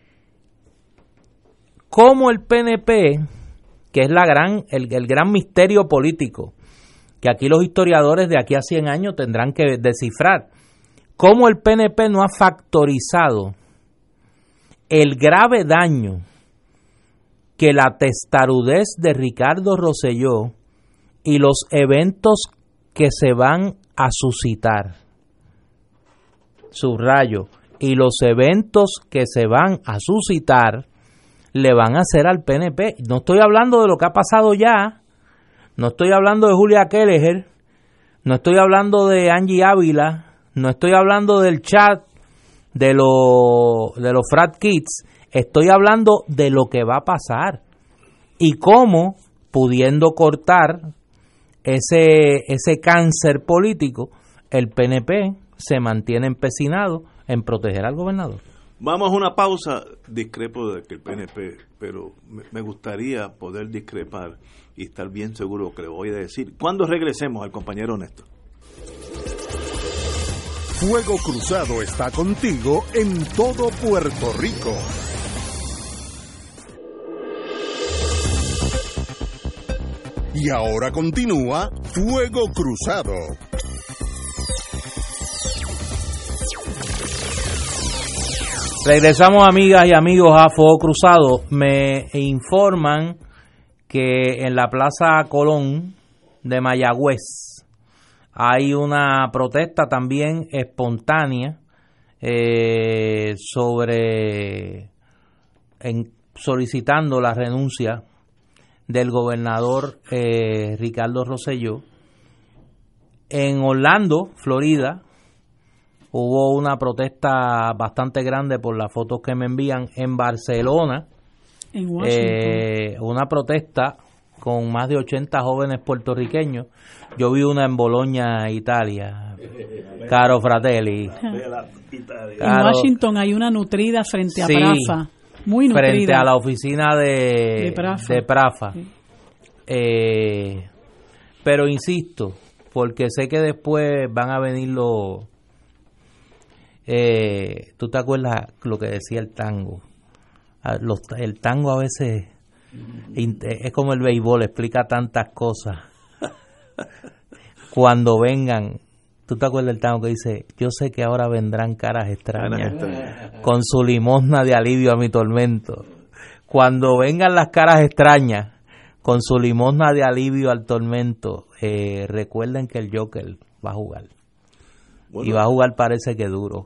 Como el P N P, que es la gran, el, el gran misterio político, que aquí los historiadores de aquí a cien años tendrán que descifrar, cómo el P N P no ha factorizado el grave daño que la testarudez de Ricardo Rosselló y los eventos que se van a suscitar, subrayo, y los eventos que se van a suscitar le van a hacer al P N P. No estoy hablando de lo que ha pasado ya, no estoy hablando de Julia Kelleher, no estoy hablando de Angie Ávila, no estoy hablando del chat de los de los frat kids, estoy hablando de lo que va a pasar y cómo, pudiendo cortar ese ese cáncer político, el P N P se mantiene empecinado en proteger al gobernador. Vamos a una pausa. Discrepo de que el P N P, pero me gustaría poder discrepar y estar bien seguro de lo que le voy a decir cuando regresemos al compañero Néstor. Fuego Cruzado está contigo en todo Puerto Rico. Y ahora continúa Fuego Cruzado. Regresamos, amigas y amigos, a Fuego Cruzado. Me informan que en la Plaza Colón de Mayagüez hay una protesta también espontánea eh, sobre en, solicitando la renuncia del gobernador eh, Ricardo Rosselló. En Orlando, Florida, hubo una protesta bastante grande por las fotos que me envían. En Barcelona, en Washington, eh, una protesta con más de ochenta jóvenes puertorriqueños. Yo vi una en Bologna, Italia. Caro Fratelli. En Caro, Washington hay una nutrida frente a sí, Prafa. Muy nutrida. Frente a la oficina de, de Prafa. De Prafa. Sí. Eh, pero insisto, porque sé que después van a venir los... Eh, ¿Tú te acuerdas lo que decía el tango? Los, el tango a veces es como el béisbol, explica tantas cosas. Cuando vengan, ¿tú te acuerdas del tango que dice: yo sé que ahora vendrán caras extrañas con su limosna de alivio a mi tormento? Cuando vengan las caras extrañas con su limosna de alivio al tormento, eh, recuerden que el Joker va a jugar. Bueno, y va a jugar, parece que duro.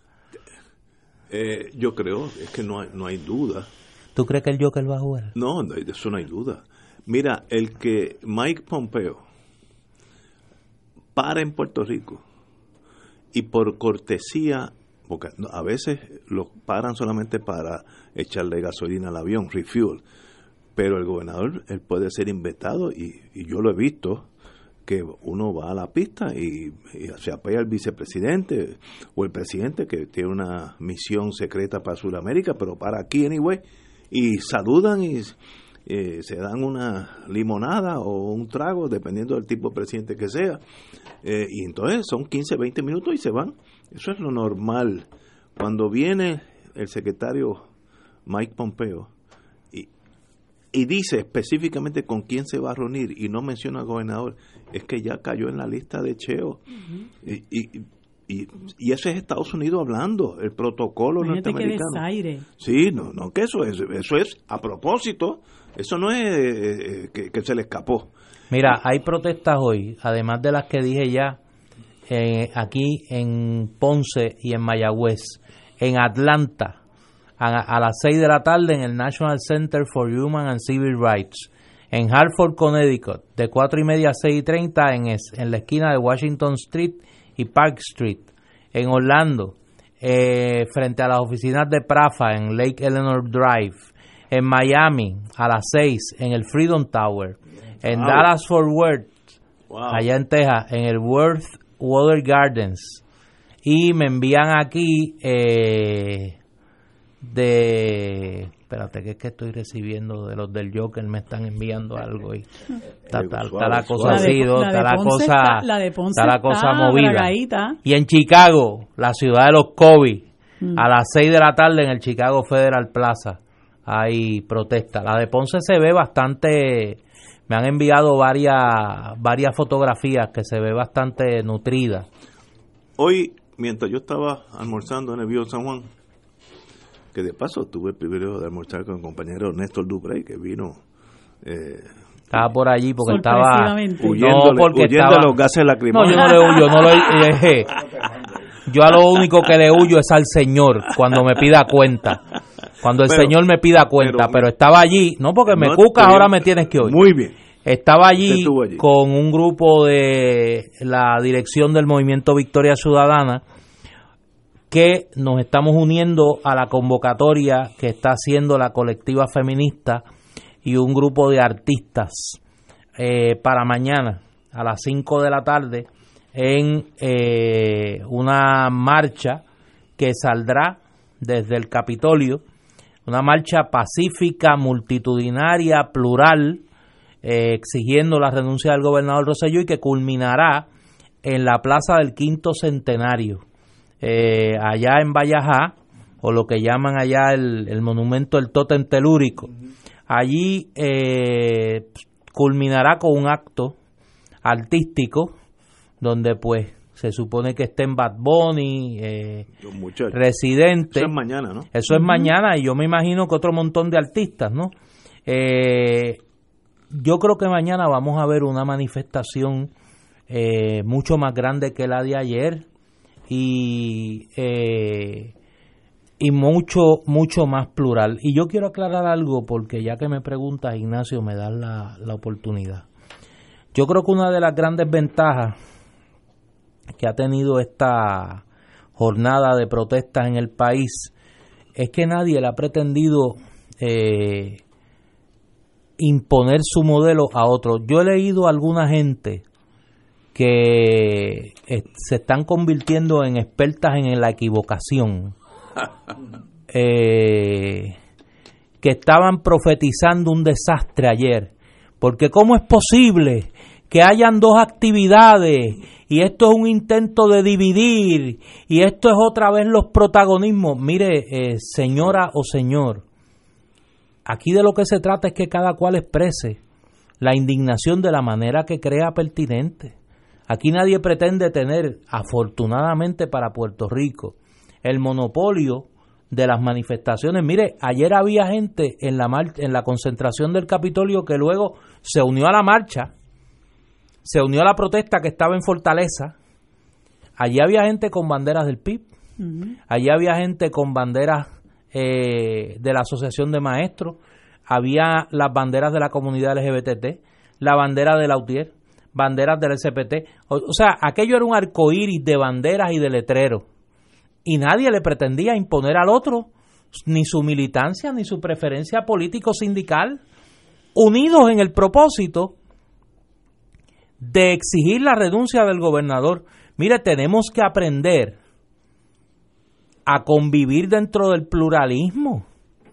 Eh, yo creo, es que no hay, no hay duda. ¿Tú crees que el Joker va a jugar? No, de eso no hay duda. Mira, el que Mike Pompeo para en Puerto Rico y por cortesía, porque a veces los paran solamente para echarle gasolina al avión, refuel, pero el gobernador, él puede ser invitado y, y yo lo he visto, que uno va a la pista y, y se apoya al vicepresidente o el presidente que tiene una misión secreta para Sudamérica, pero para aquí anyway, y saludan y eh, se dan una limonada o un trago, dependiendo del tipo de presidente que sea, eh, y entonces son quince, veinte minutos y se van. Eso es lo normal. Cuando viene el secretario Mike Pompeo, y, y dice específicamente con quién se va a reunir y no menciona al gobernador, es que ya cayó en la lista de cheo. Uh-huh. y, y, y, y eso es Estados Unidos hablando, el protocolo norteamericano. Que desaire. Sí, no, no, que eso es, eso es a propósito, eso no es eh, que, que se le escapó. Mira, hay protestas hoy, además de las que dije ya, eh, aquí en Ponce y en Mayagüez, en Atlanta, a, a las seis de la tarde en el National Center for Human and Civil Rights, en Hartford, Connecticut, de cuatro y media a seis y treinta en, en la esquina de Washington Street y Park Street, en Orlando, eh, frente a las oficinas de Prafa en Lake Eleanor Drive, en Miami, a las seis, en el Freedom Tower, en wow. Dallas Fort Worth, wow. allá en Texas, en el Worth Water Gardens, y me envían aquí eh, de... Espérate, que es que estoy recibiendo de los del Joker, me están enviando algo y está, está, está la cosa así, está la cosa, la de Ponce está la cosa está movida. Bragadita. Y en Chicago, la ciudad de los COVID, mm. a las seis de la tarde en el Chicago Federal Plaza hay protesta. La de Ponce se ve bastante, me han enviado varias varias fotografías que se ve bastante nutrida. Hoy, mientras yo estaba almorzando en el Viejo San Juan, que de paso tuve el privilegio de almorzar con el compañero Néstor Duprey, que vino... Eh, estaba por allí porque estaba... Huyendo, no, porque huyendo estaba, de los gases lacrimógenos. No, yo no le huyo, no lo, eh, yo a lo único que le huyo es al Señor, cuando me pida cuenta. Cuando el pero, Señor me pida cuenta, pero, pero estaba allí, no porque me no cucas, ahora me tienes que oír. Muy bien. Estaba allí, allí con un grupo de la dirección del Movimiento Victoria Ciudadana, que nos estamos uniendo a la convocatoria que está haciendo la colectiva feminista y un grupo de artistas eh, para mañana a las cinco de la tarde en eh, una marcha que saldrá desde el Capitolio, una marcha pacífica, multitudinaria, plural, eh, exigiendo la renuncia del gobernador Rosselló y que culminará en la Plaza del Quinto Centenario. Eh, allá en Vallajá, o lo que llaman allá el, el monumento del tótem telúrico. Allí eh, culminará con un acto artístico donde pues se supone que estén Bad Bunny, eh, Residente. Eso es mañana, ¿no? Eso es uh-huh. mañana, y yo me imagino que otro montón de artistas, ¿no? Eh, yo creo que mañana vamos a ver una manifestación eh, mucho más grande que la de ayer. Y, eh, y mucho, mucho más plural. Y yo quiero aclarar algo porque ya que me preguntas, Ignacio, me das la, la oportunidad. Yo creo que una de las grandes ventajas que ha tenido esta jornada de protestas en el país es que nadie le ha pretendido eh, imponer su modelo a otro. Yo he leído a alguna gente que eh, se están convirtiendo en expertas en la equivocación, eh, que estaban profetizando un desastre ayer, porque ¿cómo es posible que hayan dos actividades y esto es un intento de dividir y esto es otra vez los protagonismos? Mire, eh, señora o señor, aquí de lo que se trata es que cada cual exprese la indignación de la manera que crea pertinente. Aquí nadie pretende tener, afortunadamente para Puerto Rico, el monopolio de las manifestaciones. Mire, ayer había gente en la mar- en la concentración del Capitolio que luego se unió a la marcha, se unió a la protesta que estaba en Fortaleza. Allí había gente con banderas del P I B, uh-huh. allí había gente con banderas eh, de la Asociación de Maestros, había las banderas de la comunidad L G B T, la bandera de la U T I E R, banderas del S P T, o, o sea, aquello era un arcoíris de banderas y de letreros, y nadie le pretendía imponer al otro ni su militancia ni su preferencia político-sindical, unidos en el propósito de exigir la renuncia del gobernador. Mire, tenemos que aprender a convivir dentro del pluralismo,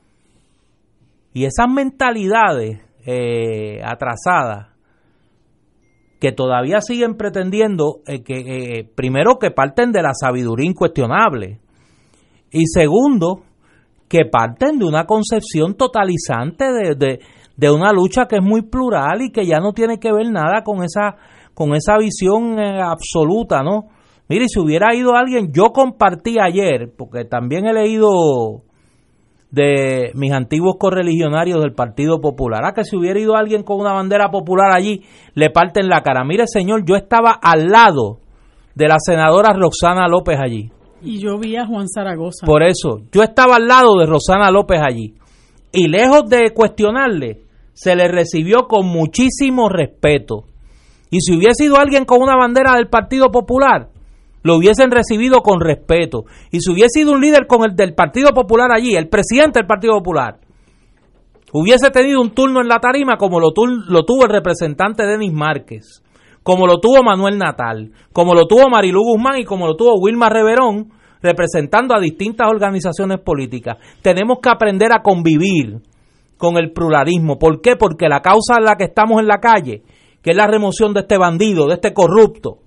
y esas mentalidades eh, atrasadas que todavía siguen pretendiendo eh, que eh, primero que parten de la sabiduría incuestionable y segundo que parten de una concepción totalizante de, de, de una lucha que es muy plural y que ya no tiene que ver nada con esa, con esa visión eh, absoluta, ¿no? Mire, si hubiera ido alguien, yo compartí ayer, porque también he leído de mis antiguos correligionarios del Partido Popular, ah, que si hubiera ido alguien con una bandera popular allí, le parten la cara. Mire, señor, yo estaba al lado de la senadora Roxana López allí. Y yo vi a Juan Zaragoza. Por eso, yo estaba al lado de Roxana López allí. Y lejos de cuestionarle, se le recibió con muchísimo respeto. Y si hubiese ido alguien con una bandera del Partido Popular, lo hubiesen recibido con respeto. Y si hubiese sido un líder con el del Partido Popular allí, el presidente del Partido Popular, hubiese tenido un turno en la tarima como lo, tu, lo tuvo el representante Denis Márquez, como lo tuvo Manuel Natal, como lo tuvo Marilú Guzmán y como lo tuvo Wilma Reverón, representando a distintas organizaciones políticas. Tenemos que aprender a convivir con el pluralismo. ¿Por qué? Porque la causa en la que estamos en la calle, que es la remoción de este bandido, de este corrupto,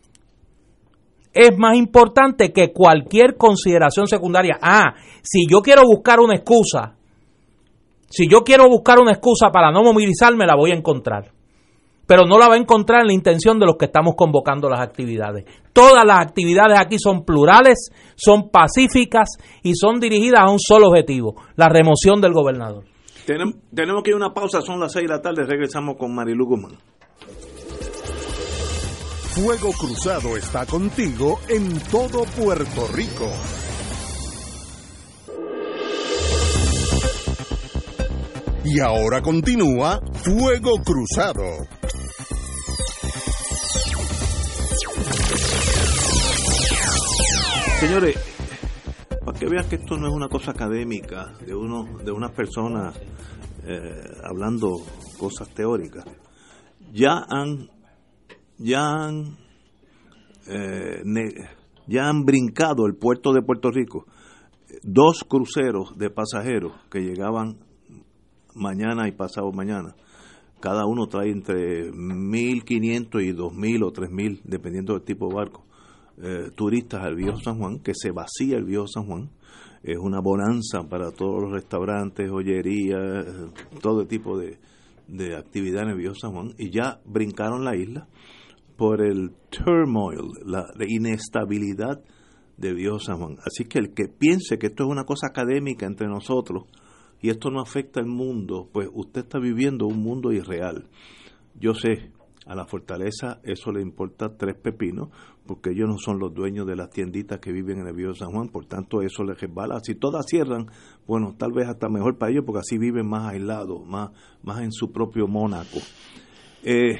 es más importante que cualquier consideración secundaria. Ah, si yo quiero buscar una excusa, si yo quiero buscar una excusa para no movilizarme, la voy a encontrar. Pero no la va a encontrar en la intención de los que estamos convocando las actividades. Todas las actividades aquí son plurales, son pacíficas y son dirigidas a un solo objetivo, la remoción del gobernador. Tenemos, tenemos que ir a una pausa, son las seis de la tarde, regresamos con Marilú Guzmán. Fuego Cruzado está contigo en todo Puerto Rico. Y ahora continúa Fuego Cruzado. Señores, para que vean que esto no es una cosa académica de uno de unas personas eh, hablando cosas teóricas, ya han ya han eh, ne, ya han brincado el puerto de Puerto Rico dos cruceros de pasajeros que llegaban mañana y pasado mañana. Cada uno trae entre mil quinientos y dos mil o tres mil, dependiendo del tipo de barco, eh, turistas al Viejo San Juan, que se vacía el Viejo San Juan. Es una bonanza para todos los restaurantes, joyerías, todo tipo de, de actividad en el Viejo San Juan. Y ya brincaron la isla por el turmoil, la, la inestabilidad de Viejo San Juan. Así que el que piense que esto es una cosa académica entre nosotros y esto no afecta al mundo, pues usted está viviendo un mundo irreal. Yo sé, a la Fortaleza eso le importa tres pepinos, porque ellos no son los dueños de las tienditas que viven en el Viejo San Juan, por tanto eso les resbala. Si todas cierran, bueno, tal vez hasta mejor para ellos, porque así viven más aislados, más, más en su propio Mónaco. Eh,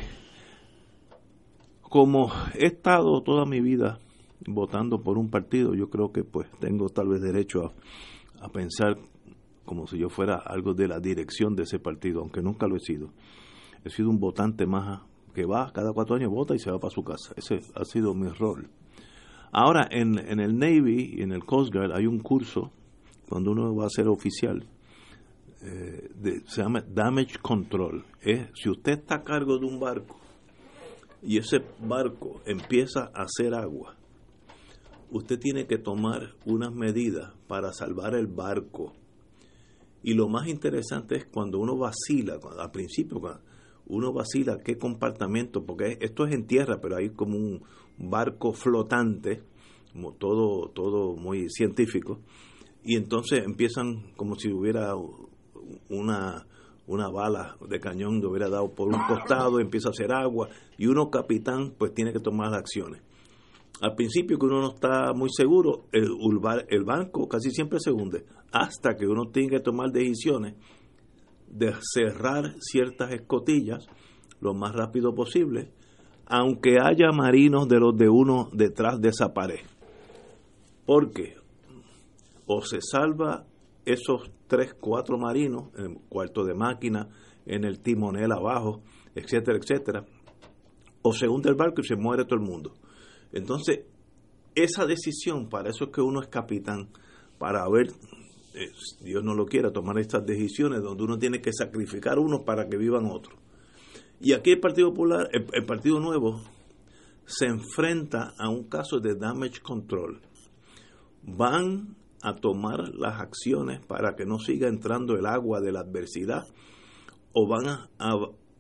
como he estado toda mi vida votando por un partido, yo creo que pues tengo tal vez derecho a, a pensar como si yo fuera algo de la dirección de ese partido, aunque nunca lo he sido. He sido un votante más que va cada cuatro años, vota y se va para su casa. Ese ha sido mi rol. Ahora, en, en el Navy y en el Coast Guard hay un curso, cuando uno va a ser oficial, eh, de, se llama Damage Control. Es, si usted está a cargo de un barco y ese barco empieza a hacer agua, usted tiene que tomar unas medidas para salvar el barco. Y lo más interesante es cuando uno vacila, cuando, al principio cuando uno vacila qué compartimiento, porque esto es en tierra, pero hay como un barco flotante, como todo, todo muy científico, y entonces empiezan como si hubiera una, una bala de cañón, le hubiera dado por un costado, empieza a hacer agua, y uno capitán pues tiene que tomar las acciones. Al principio que uno no está muy seguro, el, el banco casi siempre se hunde, hasta que uno tiene que tomar decisiones de cerrar ciertas escotillas lo más rápido posible, aunque haya marinos de los de uno detrás de esa pared. Porque o se salva esos tres, cuatro marinos, en el cuarto de máquina, en el timonel abajo, etcétera, etcétera, o se hunde el barco y se muere todo el mundo. Entonces, esa decisión, para eso es que uno es capitán, para ver, eh, Dios no lo quiera, tomar estas decisiones donde uno tiene que sacrificar unos para que vivan otros. Y aquí el Partido Popular, el, el Partido Nuevo, se enfrenta a un caso de damage control. Van a tomar las acciones para que no siga entrando el agua de la adversidad o van a, a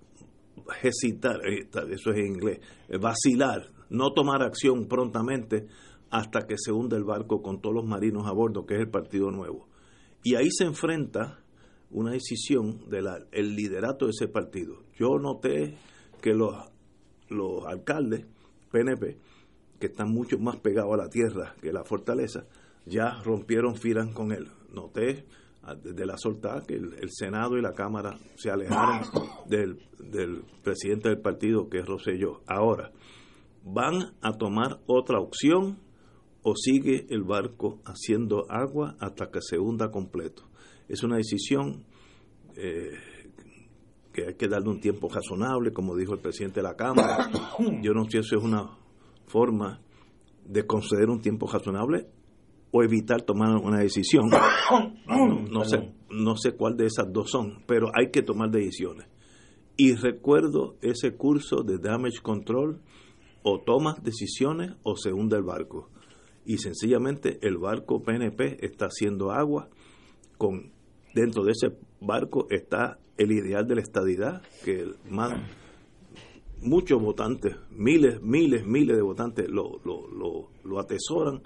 hesitar, eso es en inglés, vacilar, no tomar acción prontamente hasta que se hunda el barco con todos los marinos a bordo, que es el Partido Nuevo. Y ahí se enfrenta una decisión del el liderato de ese partido. Yo noté que los, los alcaldes P N P, que están mucho más pegados a la tierra que la fortaleza, ya rompieron filas con él. Noté desde la soltada que el, el Senado y la Cámara se alejaron del, del presidente del partido, que es Rosselló. Ahora, ¿van a tomar otra opción o sigue el barco haciendo agua hasta que se hunda completo? Es una decisión eh, que hay que darle un tiempo razonable, como dijo el presidente de la Cámara. Yo no sé si eso es una forma de conceder un tiempo razonable o evitar tomar una decisión. No, no sé, no sé cuál de esas dos son, pero hay que tomar decisiones. Y recuerdo ese curso de Damage Control: o tomas decisiones o se hunde el barco. Y sencillamente el barco P N P está haciendo agua. Con dentro de ese barco está el ideal de la estadidad, que más muchos votantes, miles, miles, miles de votantes lo, lo, lo, lo atesoran,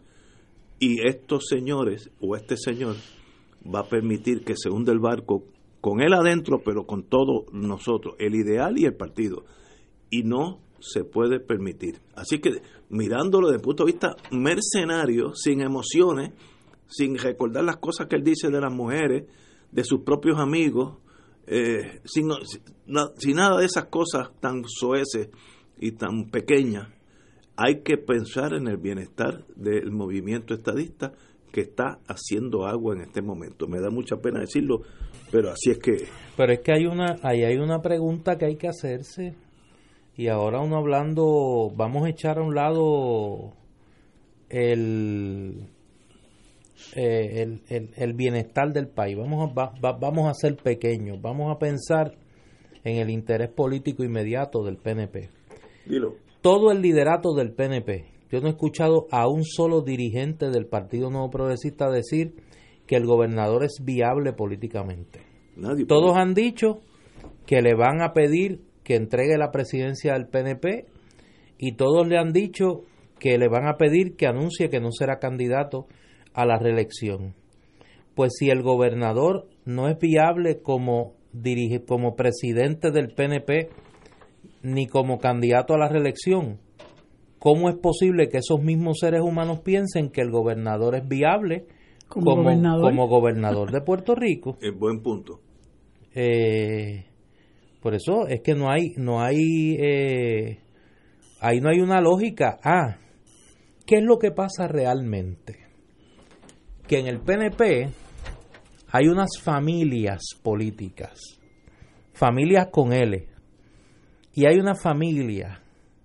y estos señores o este señor va a permitir que se hunda el barco con él adentro, pero con todos nosotros, el ideal y el partido, y no se puede permitir. Así que mirándolo desde el punto de vista mercenario, sin emociones, sin recordar las cosas que él dice de las mujeres, de sus propios amigos, eh, sin, sin nada de esas cosas tan soeces y tan pequeñas, hay que pensar en el bienestar del movimiento estadista, que está haciendo agua en este momento. Me da mucha pena decirlo, pero así es que... Pero es que hay una, ahí hay una pregunta que hay que hacerse, y ahora uno hablando, vamos a echar a un lado el... Eh, el, el, el bienestar del país. Vamos a, va, va, vamos a ser pequeños, vamos a pensar en el interés político inmediato del P N P. Dilo. Todo el liderato del P N P, yo no he escuchado a un solo dirigente del Partido Nuevo Progresista decir que el gobernador es viable políticamente. Nadie Todos puede. han dicho que le van a pedir que entregue la presidencia del P N P, y todos le han dicho que le van a pedir que anuncie que no será candidato a la reelección. Pues si el gobernador no es viable como dirige, como presidente del P N P, ni como candidato a la reelección, ¿cómo es posible que esos mismos seres humanos piensen que el gobernador es viable como, como, gobernador? como gobernador de Puerto Rico? Es buen punto. Eh, por eso es que no hay, no hay, eh, ahí no hay una lógica. Ah, ¿qué es lo que pasa realmente? Que en el P N P hay unas familias políticas, familias con L, y hay una familia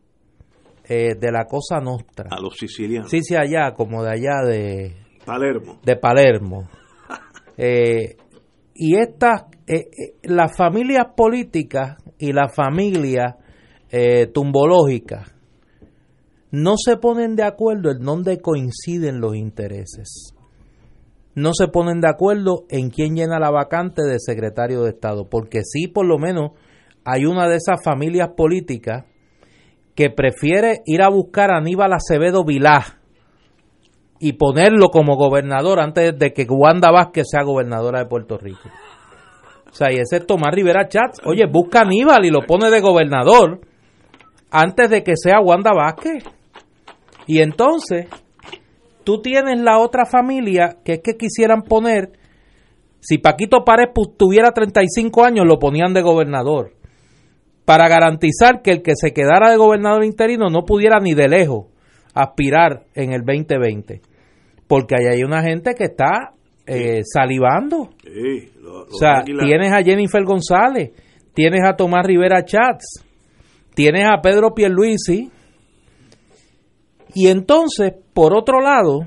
eh, de la Cosa Nostra. A los sicilianos. Sí, sí, allá, como de allá de Palermo. De Palermo. eh, y estas, eh, eh, las familias políticas y las familias eh, tumbológicas no se ponen de acuerdo en dónde coinciden los intereses. No se ponen de acuerdo en quién llena la vacante de secretario de Estado, porque sí, por lo menos, hay una de esas familias políticas que prefiere ir a buscar a Aníbal Acevedo Vilá y ponerlo como gobernador antes de que Wanda Vázquez sea gobernadora de Puerto Rico. O sea, y ese es Tomás Rivera Chatz. Oye, busca a Aníbal y lo pone de gobernador antes de que sea Wanda Vázquez. Y entonces tú tienes la otra familia, que es que quisieran poner, si Paquito Párez tuviera treinta y cinco años, lo ponían de gobernador, para garantizar que el que se quedara de gobernador interino no pudiera ni de lejos aspirar en el veinte veinte, porque ahí hay una gente que está eh, salivando. Sí, lo, lo o sea, águila. Tienes a Jennifer González, tienes a Tomás Rivera Chatz, tienes a Pedro Pierluisi. Y entonces, por otro lado,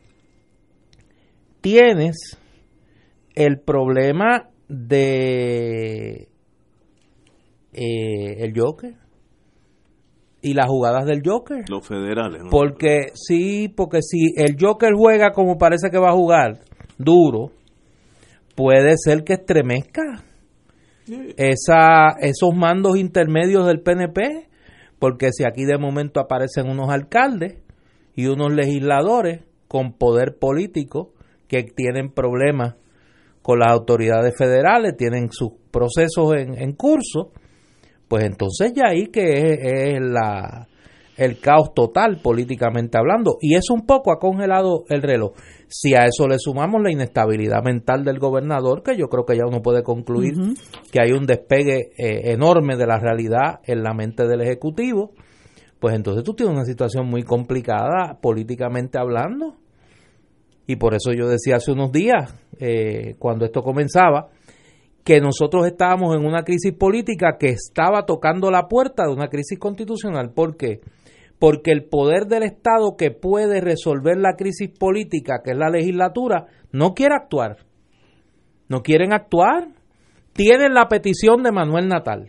tienes el problema de eh, el Joker, y las jugadas del Joker. Los federales, ¿no? Porque sí, porque si el Joker juega como parece que va a jugar, duro, puede ser que estremezca sí. esa, esos mandos intermedios del P N P, porque si aquí de momento aparecen unos alcaldes y unos legisladores con poder político que tienen problemas con las autoridades federales, tienen sus procesos en, en curso, pues entonces ya ahí que es, es la, el caos total políticamente hablando, y eso un poco ha congelado el reloj. Si a eso le sumamos la inestabilidad mental del gobernador, que yo creo que ya uno puede concluir uh-huh. que hay un despegue eh, enorme de la realidad en la mente del Ejecutivo, pues entonces tú tienes una situación muy complicada políticamente hablando. Y por eso yo decía hace unos días, eh, cuando esto comenzaba, que nosotros estábamos en una crisis política que estaba tocando la puerta de una crisis constitucional. ¿Por qué? Porque el poder del Estado que puede resolver la crisis política, que es la legislatura, no quiere actuar. No quieren actuar. Tienen la petición de Manuel Natal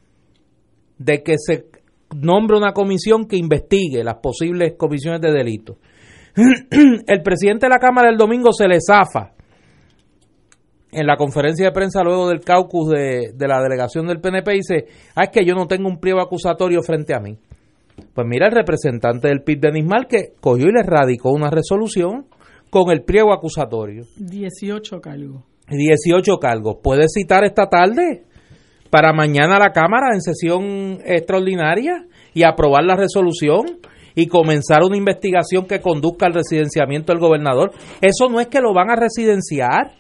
de que se nombre una comisión que investigue las posibles comisiones de delito. El presidente de la Cámara el domingo se le zafa en la conferencia de prensa luego del caucus de, de la delegación del P N P, dice, ah, es que yo no tengo un pliego acusatorio frente a mí. Pues mira, el representante del P I B, Denis Márquez, cogió y le radicó una resolución con el pliego acusatorio. dieciocho cargos. dieciocho cargos. ¿Puede citar esta tarde para mañana a la Cámara en sesión extraordinaria y aprobar la resolución y comenzar una investigación que conduzca al residenciamiento del gobernador? Eso no es que lo van a residenciar.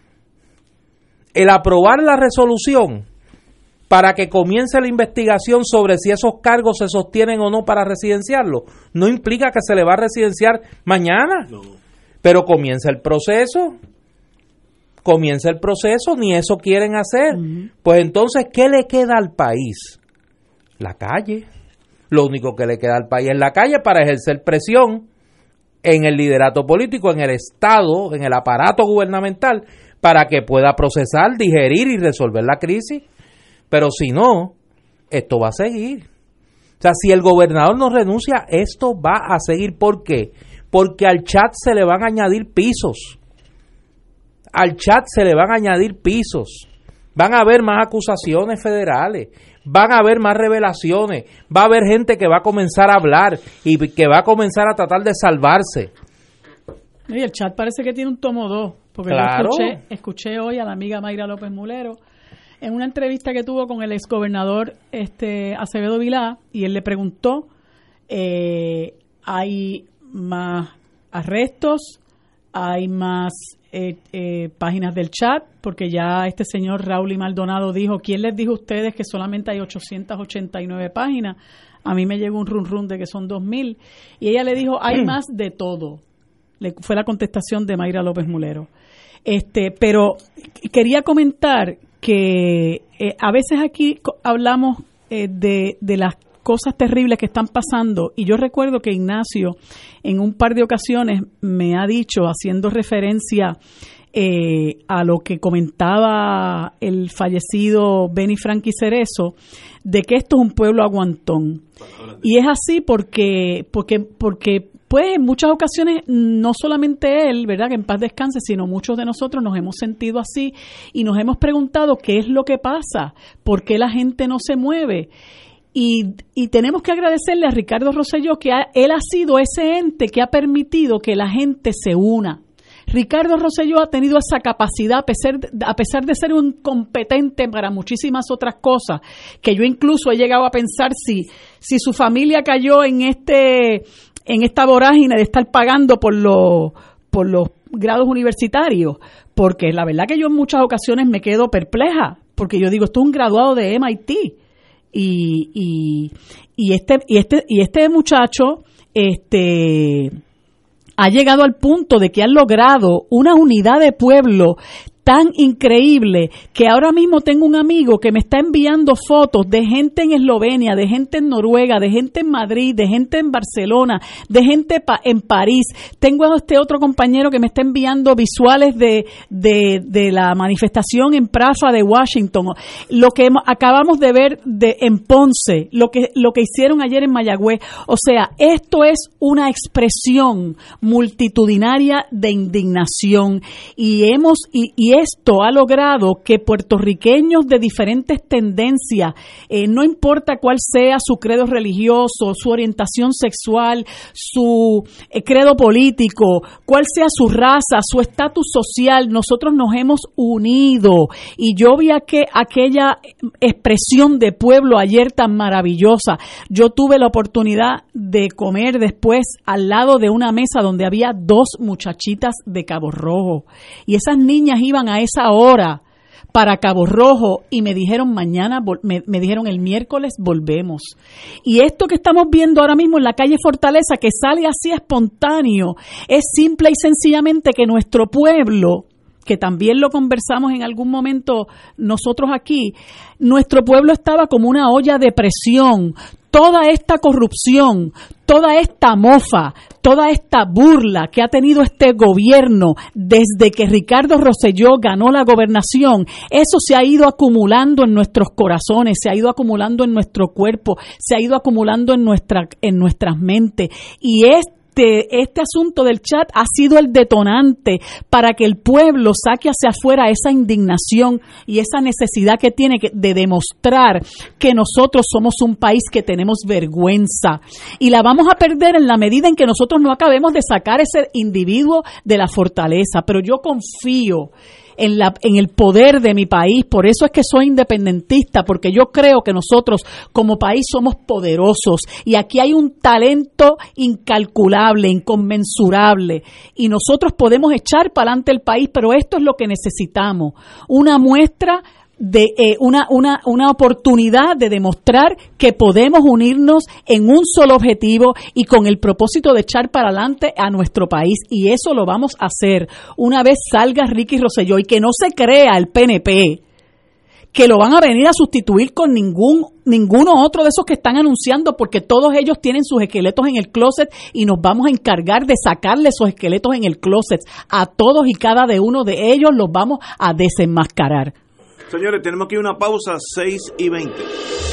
El aprobar la resolución para que comience la investigación sobre si esos cargos se sostienen o no para residenciarlo, no implica que se le va a residenciar mañana. No. Pero comienza el proceso. Comienza el proceso, ni eso quieren hacer. Uh-huh. Pues entonces, ¿qué le queda al país? La calle. Lo único que le queda al país es la calle para ejercer presión en el liderato político, en el Estado, en el aparato gubernamental, para que pueda procesar, digerir y resolver la crisis. Pero si no, esto va a seguir. O sea, si el gobernador no renuncia, esto va a seguir. ¿Por qué? Porque al chat se le van a añadir pisos. Al chat se le van a añadir pisos. Van a haber más acusaciones federales. Van a haber más revelaciones. Va a haber gente que va a comenzar a hablar y que va a comenzar a tratar de salvarse. Y el chat parece que tiene un tomo dos. Porque claro. yo escuché, escuché hoy a la amiga Mayra López Mulero en una entrevista que tuvo con el exgobernador este, Acevedo Vilá, y él le preguntó, eh, ¿hay más arrestos? ¿Hay más eh, eh, páginas del chat? Porque ya este señor Raúl y Maldonado dijo, ¿quién les dijo a ustedes que solamente hay ochocientas ochenta y nueve páginas? A mí me llegó un run run de que son dos mil. Y ella le dijo, hay más de todo. Le, fue la contestación de Mayra López Mulero. Este, pero quería comentar que eh, a veces aquí hablamos eh, de, de las cosas terribles que están pasando, y yo recuerdo que Ignacio en un par de ocasiones me ha dicho, haciendo referencia eh, a lo que comentaba el fallecido Benny Frankie Cerezo, de que esto es un pueblo aguantón. Y es así porque porque porque pues en muchas ocasiones, no solamente él, ¿verdad?, que en paz descanse, sino muchos de nosotros nos hemos sentido así y nos hemos preguntado qué es lo que pasa, por qué la gente no se mueve. Y, y tenemos que agradecerle a Ricardo Rosselló que ha, él ha sido ese ente que ha permitido que la gente se una. Ricardo Rosselló ha tenido esa capacidad, a pesar, a pesar de ser un competente para muchísimas otras cosas, que yo incluso he llegado a pensar si, si su familia cayó en este... en esta vorágine de estar pagando por los por los grados universitarios, porque la verdad que yo en muchas ocasiones me quedo perpleja, porque yo digo, esto es un graduado de M I T y y, y este y este y este muchacho este ha llegado al punto de que han logrado una unidad de pueblo tan increíble que ahora mismo tengo un amigo que me está enviando fotos de gente en Eslovenia, de gente en Noruega, de gente en Madrid, de gente en Barcelona, de gente pa- en París. Tengo a este otro compañero que me está enviando visuales de, de, de la manifestación en Praza de Washington, lo que hemos, acabamos de ver de, en Ponce, lo que, lo que hicieron ayer en Mayagüez. O sea, esto es una expresión multitudinaria de indignación y hemos y, y esto ha logrado que puertorriqueños de diferentes tendencias, eh, no importa cuál sea su credo religioso, su orientación sexual, su eh, credo político, cuál sea su raza, su estatus social, nosotros nos hemos unido. Y yo vi aqu- aquella expresión de pueblo ayer tan maravillosa. Yo tuve la oportunidad de comer después al lado de una mesa donde había dos muchachitas de Cabo Rojo. Y esas niñas iban a esa hora para Cabo Rojo y me dijeron mañana, me, me dijeron el miércoles volvemos. Y esto que estamos viendo ahora mismo en la calle Fortaleza, que sale así espontáneo, es simple y sencillamente que nuestro pueblo, que también lo conversamos en algún momento nosotros aquí, nuestro pueblo estaba como una olla de presión. Toda esta corrupción, toda esta mofa, toda esta burla que ha tenido este gobierno desde que Ricardo Rosselló ganó la gobernación, eso se ha ido acumulando en nuestros corazones, se ha ido acumulando en nuestro cuerpo, se ha ido acumulando en nuestra, en nuestras mentes. Y este Este, este asunto del chat ha sido el detonante para que el pueblo saque hacia afuera esa indignación y esa necesidad que tiene que, de demostrar que nosotros somos un país que tenemos vergüenza y la vamos a perder en la medida en que nosotros no acabemos de sacar ese individuo de la fortaleza. Pero yo confío en la en el poder de mi país, por eso es que soy independentista, porque yo creo que nosotros como país somos poderosos y aquí hay un talento incalculable, inconmensurable y nosotros podemos echar para adelante el país, pero esto es lo que necesitamos, una muestra de eh, una una una oportunidad de demostrar que podemos unirnos en un solo objetivo y con el propósito de echar para adelante a nuestro país, y eso lo vamos a hacer una vez salga Ricky Rosselló, y que no se crea el P N P que lo van a venir a sustituir con ningún ninguno otro de esos que están anunciando, porque todos ellos tienen sus esqueletos en el closet y nos vamos a encargar de sacarle esos esqueletos en el closet. A todos y cada de uno de ellos los vamos a desenmascarar. Señores, tenemos aquí una pausa, seis y veinte.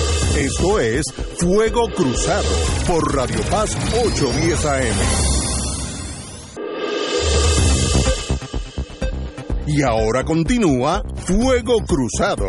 Esto es Fuego Cruzado por Radio Paz ochocientos diez A M. Y ahora continúa Fuego Cruzado.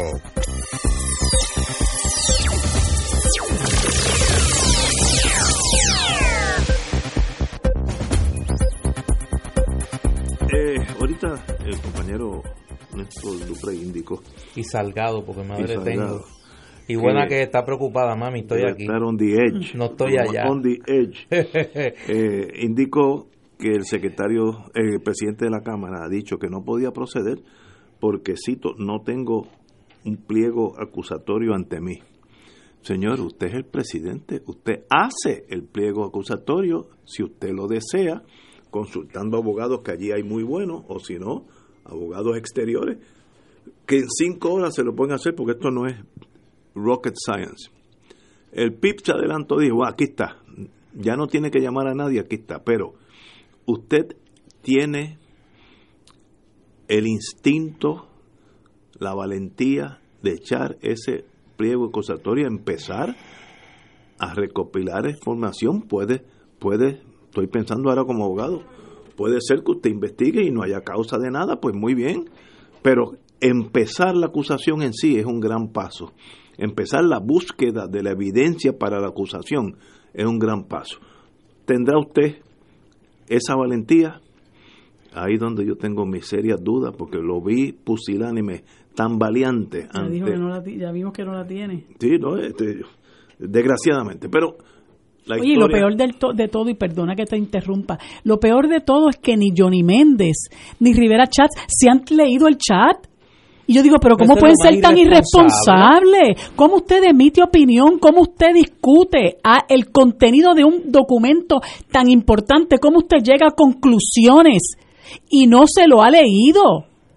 Eh, ahorita el compañero Néstor Duprey indicó. Y Salgado, porque madre y tengo. Y buena que, que está preocupada, mami, estoy aquí. Estar on the edge. No estoy allá. On the edge. eh, indicó que el secretario, el eh, presidente de la Cámara ha dicho que no podía proceder porque, cito, no tengo un pliego acusatorio ante mí. Señor, usted es el presidente, usted hace el pliego acusatorio si usted lo desea, consultando abogados, que allí hay muy buenos, o si no, abogados exteriores, que en cinco horas se lo pueden hacer, porque esto no es rocket science. El P I B se adelantó, dijo, aquí está, ya no tiene que llamar a nadie, aquí está, pero usted tiene el instinto, la valentía de echar ese pliego acusatorio, empezar a recopilar información. Puede, puede, estoy pensando ahora como abogado, puede ser que usted investigue y no haya causa de nada, pues muy bien, pero empezar la acusación en sí es un gran paso. Empezar la búsqueda de la evidencia para la acusación es un gran paso. ¿Tendrá usted esa valentía? Ahí donde yo tengo mis serias dudas, porque lo vi pusilánime, tan valiente. Ya, ante, dijo que no la, ya vimos que no la tiene. Sí, no, este, desgraciadamente, pero la Oye, historia... lo peor del to- de todo, y perdona que te interrumpa, lo peor de todo es que ni Johnny Méndez ni Rivera Chats se han leído el chat. Y yo digo, pero ¿cómo Pero pueden es lo ser más tan irresponsables? ¿Cómo usted emite opinión? ¿Cómo usted discute a el contenido de un documento tan importante? ¿Cómo usted llega a conclusiones y no se lo ha leído?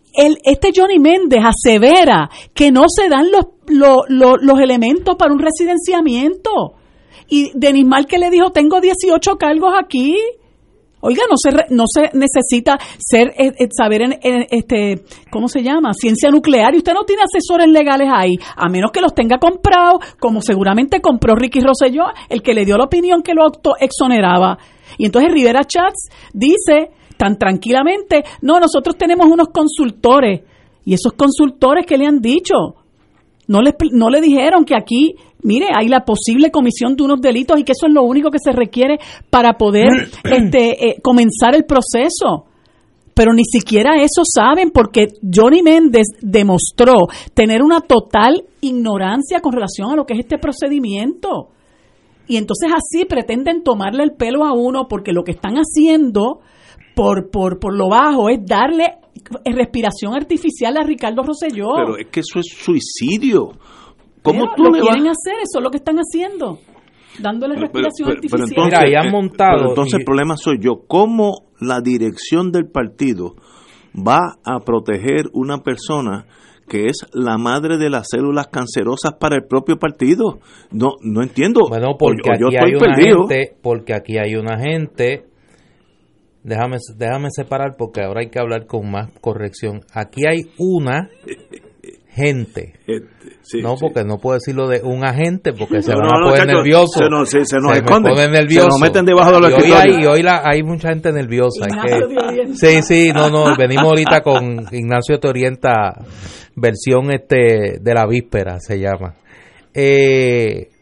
el, este Johnny Méndez asevera que no se dan los, los, los, los elementos para un residenciamiento. Y Denis Márquez le dijo, tengo dieciocho cargos aquí. Oiga, no se no se necesita ser eh, saber en, en este ¿cómo se llama? Ciencia nuclear, y usted no tiene asesores legales ahí, a menos que los tenga comprados, como seguramente compró Ricky Rosselló, el que le dio la opinión que lo autoexoneraba. Y entonces Rivera Chats dice tan tranquilamente, no, nosotros tenemos unos consultores, y esos consultores ¿qué le han dicho? No le, no le dijeron que aquí, mire, hay la posible comisión de unos delitos y que eso es lo único que se requiere para poder este, eh, comenzar el proceso. Pero ni siquiera eso saben, porque Johnny Méndez demostró tener una total ignorancia con relación a lo que es este procedimiento. Y entonces así pretenden tomarle el pelo a uno, porque lo que están haciendo por, por, por lo bajo es darle respiración artificial a Ricardo Rosselló. Pero es que eso es suicidio. ¿Cómo pero tú lo le quieren vas? hacer? Eso es lo que están haciendo, dándole Pero, respiración pero, pero, artificial. pero entonces, Mira, ahí han montado. Pero entonces y... el problema soy yo. ¿Cómo la dirección del partido va a proteger una persona que es la madre de las células cancerosas para el propio partido? No, no entiendo. Bueno, porque o, o yo aquí estoy hay una perdido. gente, porque aquí hay una gente. Déjame, déjame separar porque ahora hay que hablar con más corrección. Aquí hay una gente. Sí, no, sí. porque no puedo decirlo de un agente porque se no, van no, a poner chacho, nerviosos. Se nos, se, se nos se esconden. me ponen nerviosos. Se nos meten debajo de los y hoy escritorios. hay, y hoy la, hay mucha gente nerviosa. Hay que, sí, sí, no, no. Venimos ahorita con Ignacio Te Orienta, versión este de la víspera, se llama. Eh,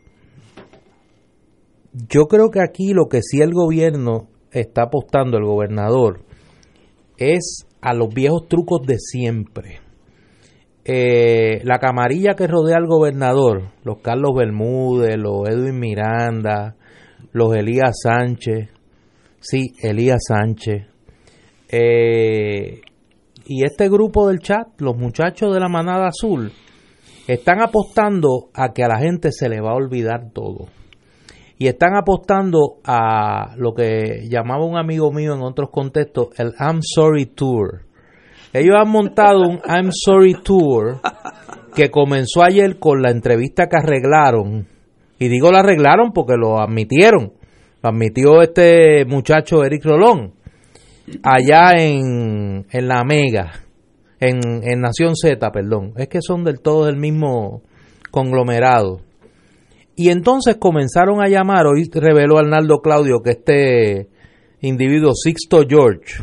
yo creo que aquí lo que sí el gobierno está apostando, el gobernador, es a los viejos trucos de siempre. Eh, la camarilla que rodea al gobernador, los Carlos Bermúdez, los Edwin Miranda, los Elías Sánchez, sí, Elías Sánchez, eh, y este grupo del chat, los muchachos de la manada azul, están apostando a que a la gente se le va a olvidar todo. Y están apostando a lo que llamaba un amigo mío en otros contextos, el I'm Sorry Tour. Ellos han montado un I'm Sorry Tour que comenzó ayer con la entrevista que arreglaron. Y digo la arreglaron porque lo admitieron. Lo admitió este muchacho Eric Rolón allá en, en la Mega, en, en Nación Z, perdón. Es que son del todo del mismo conglomerado. Y entonces comenzaron a llamar, hoy reveló Arnaldo Claudio que este individuo, Sixto George,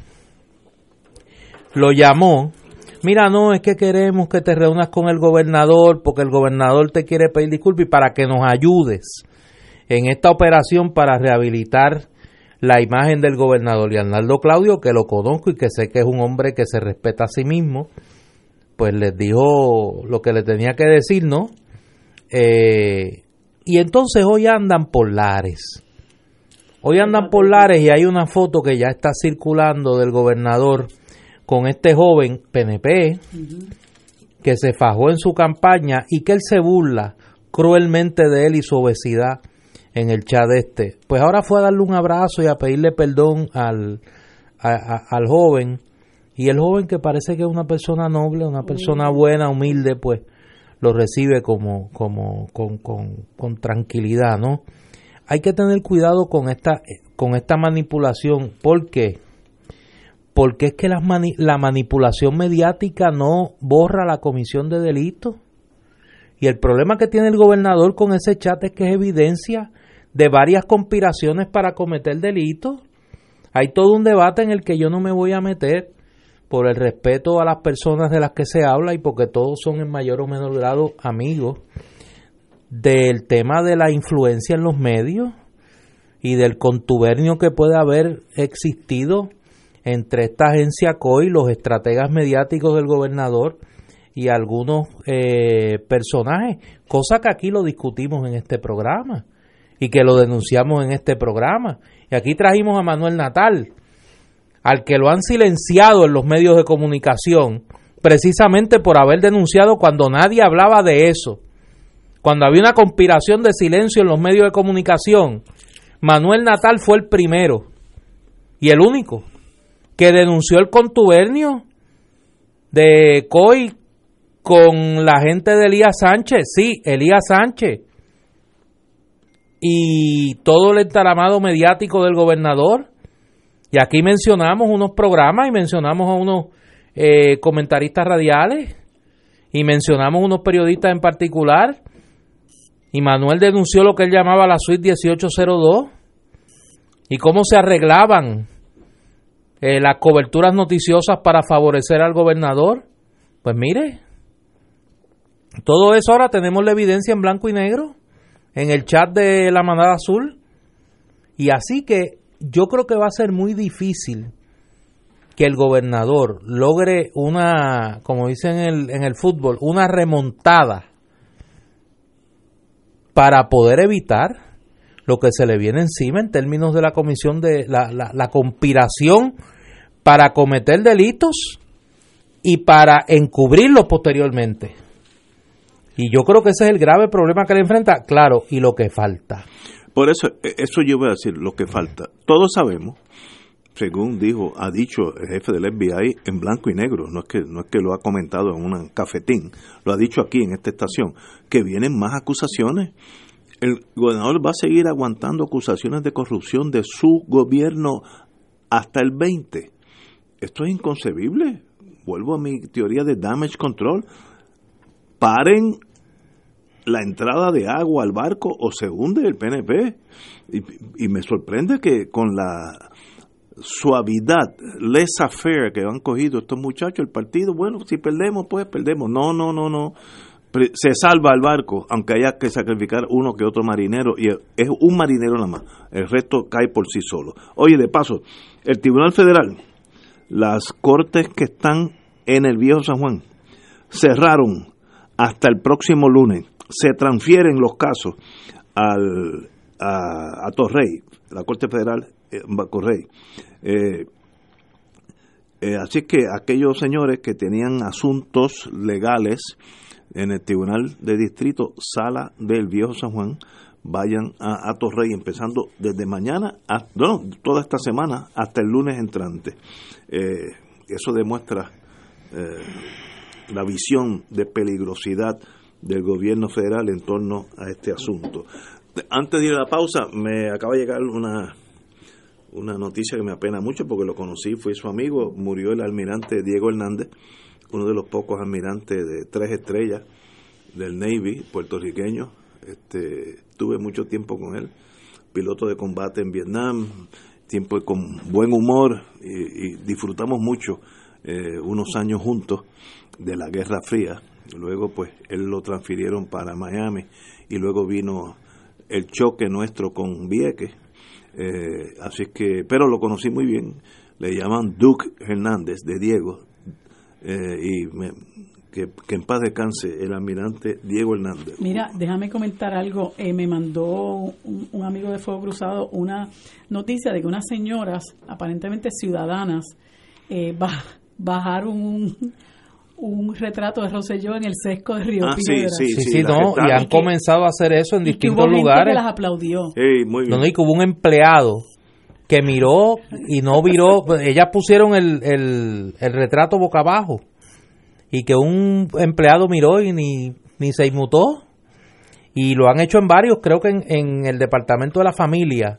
lo llamó, mira, no, es que queremos que te reúnas con el gobernador, porque el gobernador te quiere pedir disculpas y para que nos ayudes en esta operación para rehabilitar la imagen del gobernador. Y Arnaldo Claudio, que lo conozco y que sé que es un hombre que se respeta a sí mismo, pues les dijo lo que le tenía que decir, ¿no? Eh... Y entonces hoy andan por Lares. Hoy andan por Lares y hay una foto que ya está circulando del gobernador con este joven P N P que se fajó en su campaña y que él se burla cruelmente de él y su obesidad en el chat este. Pues ahora fue a darle un abrazo y a pedirle perdón al, a, a, al joven. Y el joven, que parece que es una persona noble, una persona buena, humilde, pues lo recibe como, como con, con, con tranquilidad, ¿no? Hay que tener cuidado con esta, con esta manipulación. ¿Por qué? Porque es que la, mani, la manipulación mediática no borra la comisión de delitos. Y el problema que tiene el gobernador con ese chat es que es evidencia de varias conspiraciones para cometer delitos. Hay todo un debate en el que yo no me voy a meter, por el respeto a las personas de las que se habla y porque todos son en mayor o menor grado amigos, del tema de la influencia en los medios y del contubernio que puede haber existido entre esta agencia C O I, los estrategas mediáticos del gobernador y algunos eh, personajes, cosa que aquí lo discutimos en este programa y que lo denunciamos en este programa. Y aquí trajimos a Manuel Natal, al que lo han silenciado en los medios de comunicación, precisamente por haber denunciado cuando nadie hablaba de eso. Cuando había una conspiración de silencio en los medios de comunicación, Manuel Natal fue el primero y el único que denunció el contubernio de COI con la gente de Elías Sánchez, sí, Elías Sánchez, y todo el entaramado mediático del gobernador. Y aquí mencionamos unos programas y mencionamos a unos eh, comentaristas radiales y mencionamos unos periodistas en particular. Y Manuel denunció lo que él llamaba la suite dieciocho cero dos y cómo se arreglaban eh, las coberturas noticiosas para favorecer al gobernador. Pues mire, todo eso ahora tenemos la evidencia en blanco y negro en el chat de la Manada Azul. Y así que yo creo que va a ser muy difícil que el gobernador logre una, como dicen en el, en el fútbol, una remontada para poder evitar lo que se le viene encima en términos de la comisión de la, la, la conspiración para cometer delitos y para encubrirlos posteriormente. Y yo creo que ese es el grave problema que le enfrenta, claro, y lo que falta. Por eso, eso yo voy a decir, lo que falta. Todos sabemos, según dijo, ha dicho el jefe del F B I en blanco y negro, no es que no es que lo ha comentado en un cafetín, lo ha dicho aquí en esta estación, que vienen más acusaciones. El gobernador va a seguir aguantando acusaciones de corrupción de su gobierno hasta el veinte. Esto es inconcebible. Vuelvo a mi teoría de damage control. Paren la entrada de agua al barco o se hunde el P N P. Y, y me sorprende que con la suavidad, laissez-faire que han cogido estos muchachos, el partido, bueno, si perdemos, pues perdemos. No, no, no, no. Se salva el barco, aunque haya que sacrificar uno que otro marinero, y es un marinero nada más, el resto cae por sí solo. Oye, de paso, el Tribunal Federal, las cortes que están en el Viejo San Juan, cerraron hasta el próximo lunes. Se transfieren los casos al, a, a Torrey, la Corte Federal, eh, Correy. Eh, eh, así que aquellos señores que tenían asuntos legales en el Tribunal de Distrito, Sala del Viejo San Juan, vayan a, a Torrey, empezando desde mañana, a, no, toda esta semana, hasta el lunes entrante. Eh, eso demuestra eh, la visión de peligrosidad del gobierno federal en torno a este asunto. Antes de ir a la pausa, me acaba de llegar una una noticia que me apena mucho porque lo conocí, fui su amigo, murió el almirante Diego Hernández, uno de los pocos almirantes de tres estrellas del Navy puertorriqueño. Este, tuve mucho tiempo con él, piloto de combate en Vietnam, tiempo con buen humor y, y disfrutamos mucho eh, unos años juntos de la Guerra Fría. Luego pues él lo transfirieron para Miami y luego vino el choque nuestro con Vieques, eh, así que, pero lo conocí muy bien, le llaman Duke Hernández de Diego, eh, y me, que, que en paz descanse el almirante Diego Hernández. Mira, déjame comentar algo, eh, me mandó un, un amigo de Fuego Cruzado una noticia de que unas señoras, aparentemente ciudadanas, eh, baj, bajaron un un retrato de Rosselló en el sesco de Río ah, Piedra. Sí, sí, sí, sí, sí no, y han y comenzado a hacer eso en distintos lugares. Que las aplaudió. Sí, muy bien. Donde hubo un empleado que miró y no viró, ellas pusieron el, el, el retrato boca abajo y que un empleado miró y ni, ni se inmutó, y lo han hecho en varios, creo que en, en el Departamento de la Familia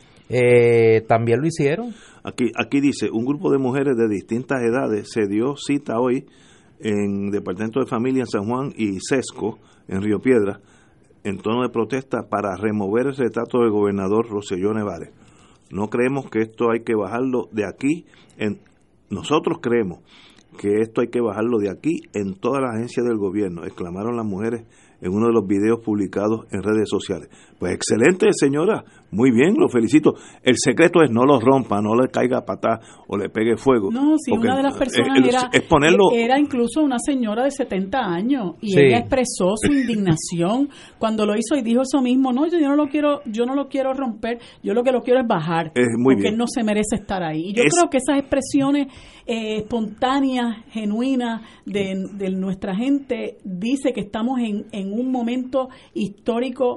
eh, también lo hicieron. Aquí, aquí dice, un grupo de mujeres de distintas edades se dio cita hoy en Departamento de Familia en San Juan y Sesco en Río Piedra en tono de protesta para remover el retrato del gobernador Rosselló Nevares. No creemos que esto hay que bajarlo de aquí, en, nosotros creemos que esto hay que bajarlo de aquí en todas las agencias del gobierno, exclamaron las mujeres en uno de los videos publicados en redes sociales. Pues excelente, señora, muy bien, lo felicito. El secreto es no lo rompa, no le caiga a patá o le pegue fuego. No, si una de las personas es, era, es ponerlo, era incluso una señora de setenta años y sí. ella expresó su indignación cuando lo hizo y dijo eso mismo, no, yo, yo no lo quiero, yo no lo quiero romper, yo lo que lo quiero es bajar, es muy porque bien. él no se merece estar ahí. Y yo es, creo que esas expresiones eh, espontáneas, genuinas de, de nuestra gente dice que estamos en, en un momento histórico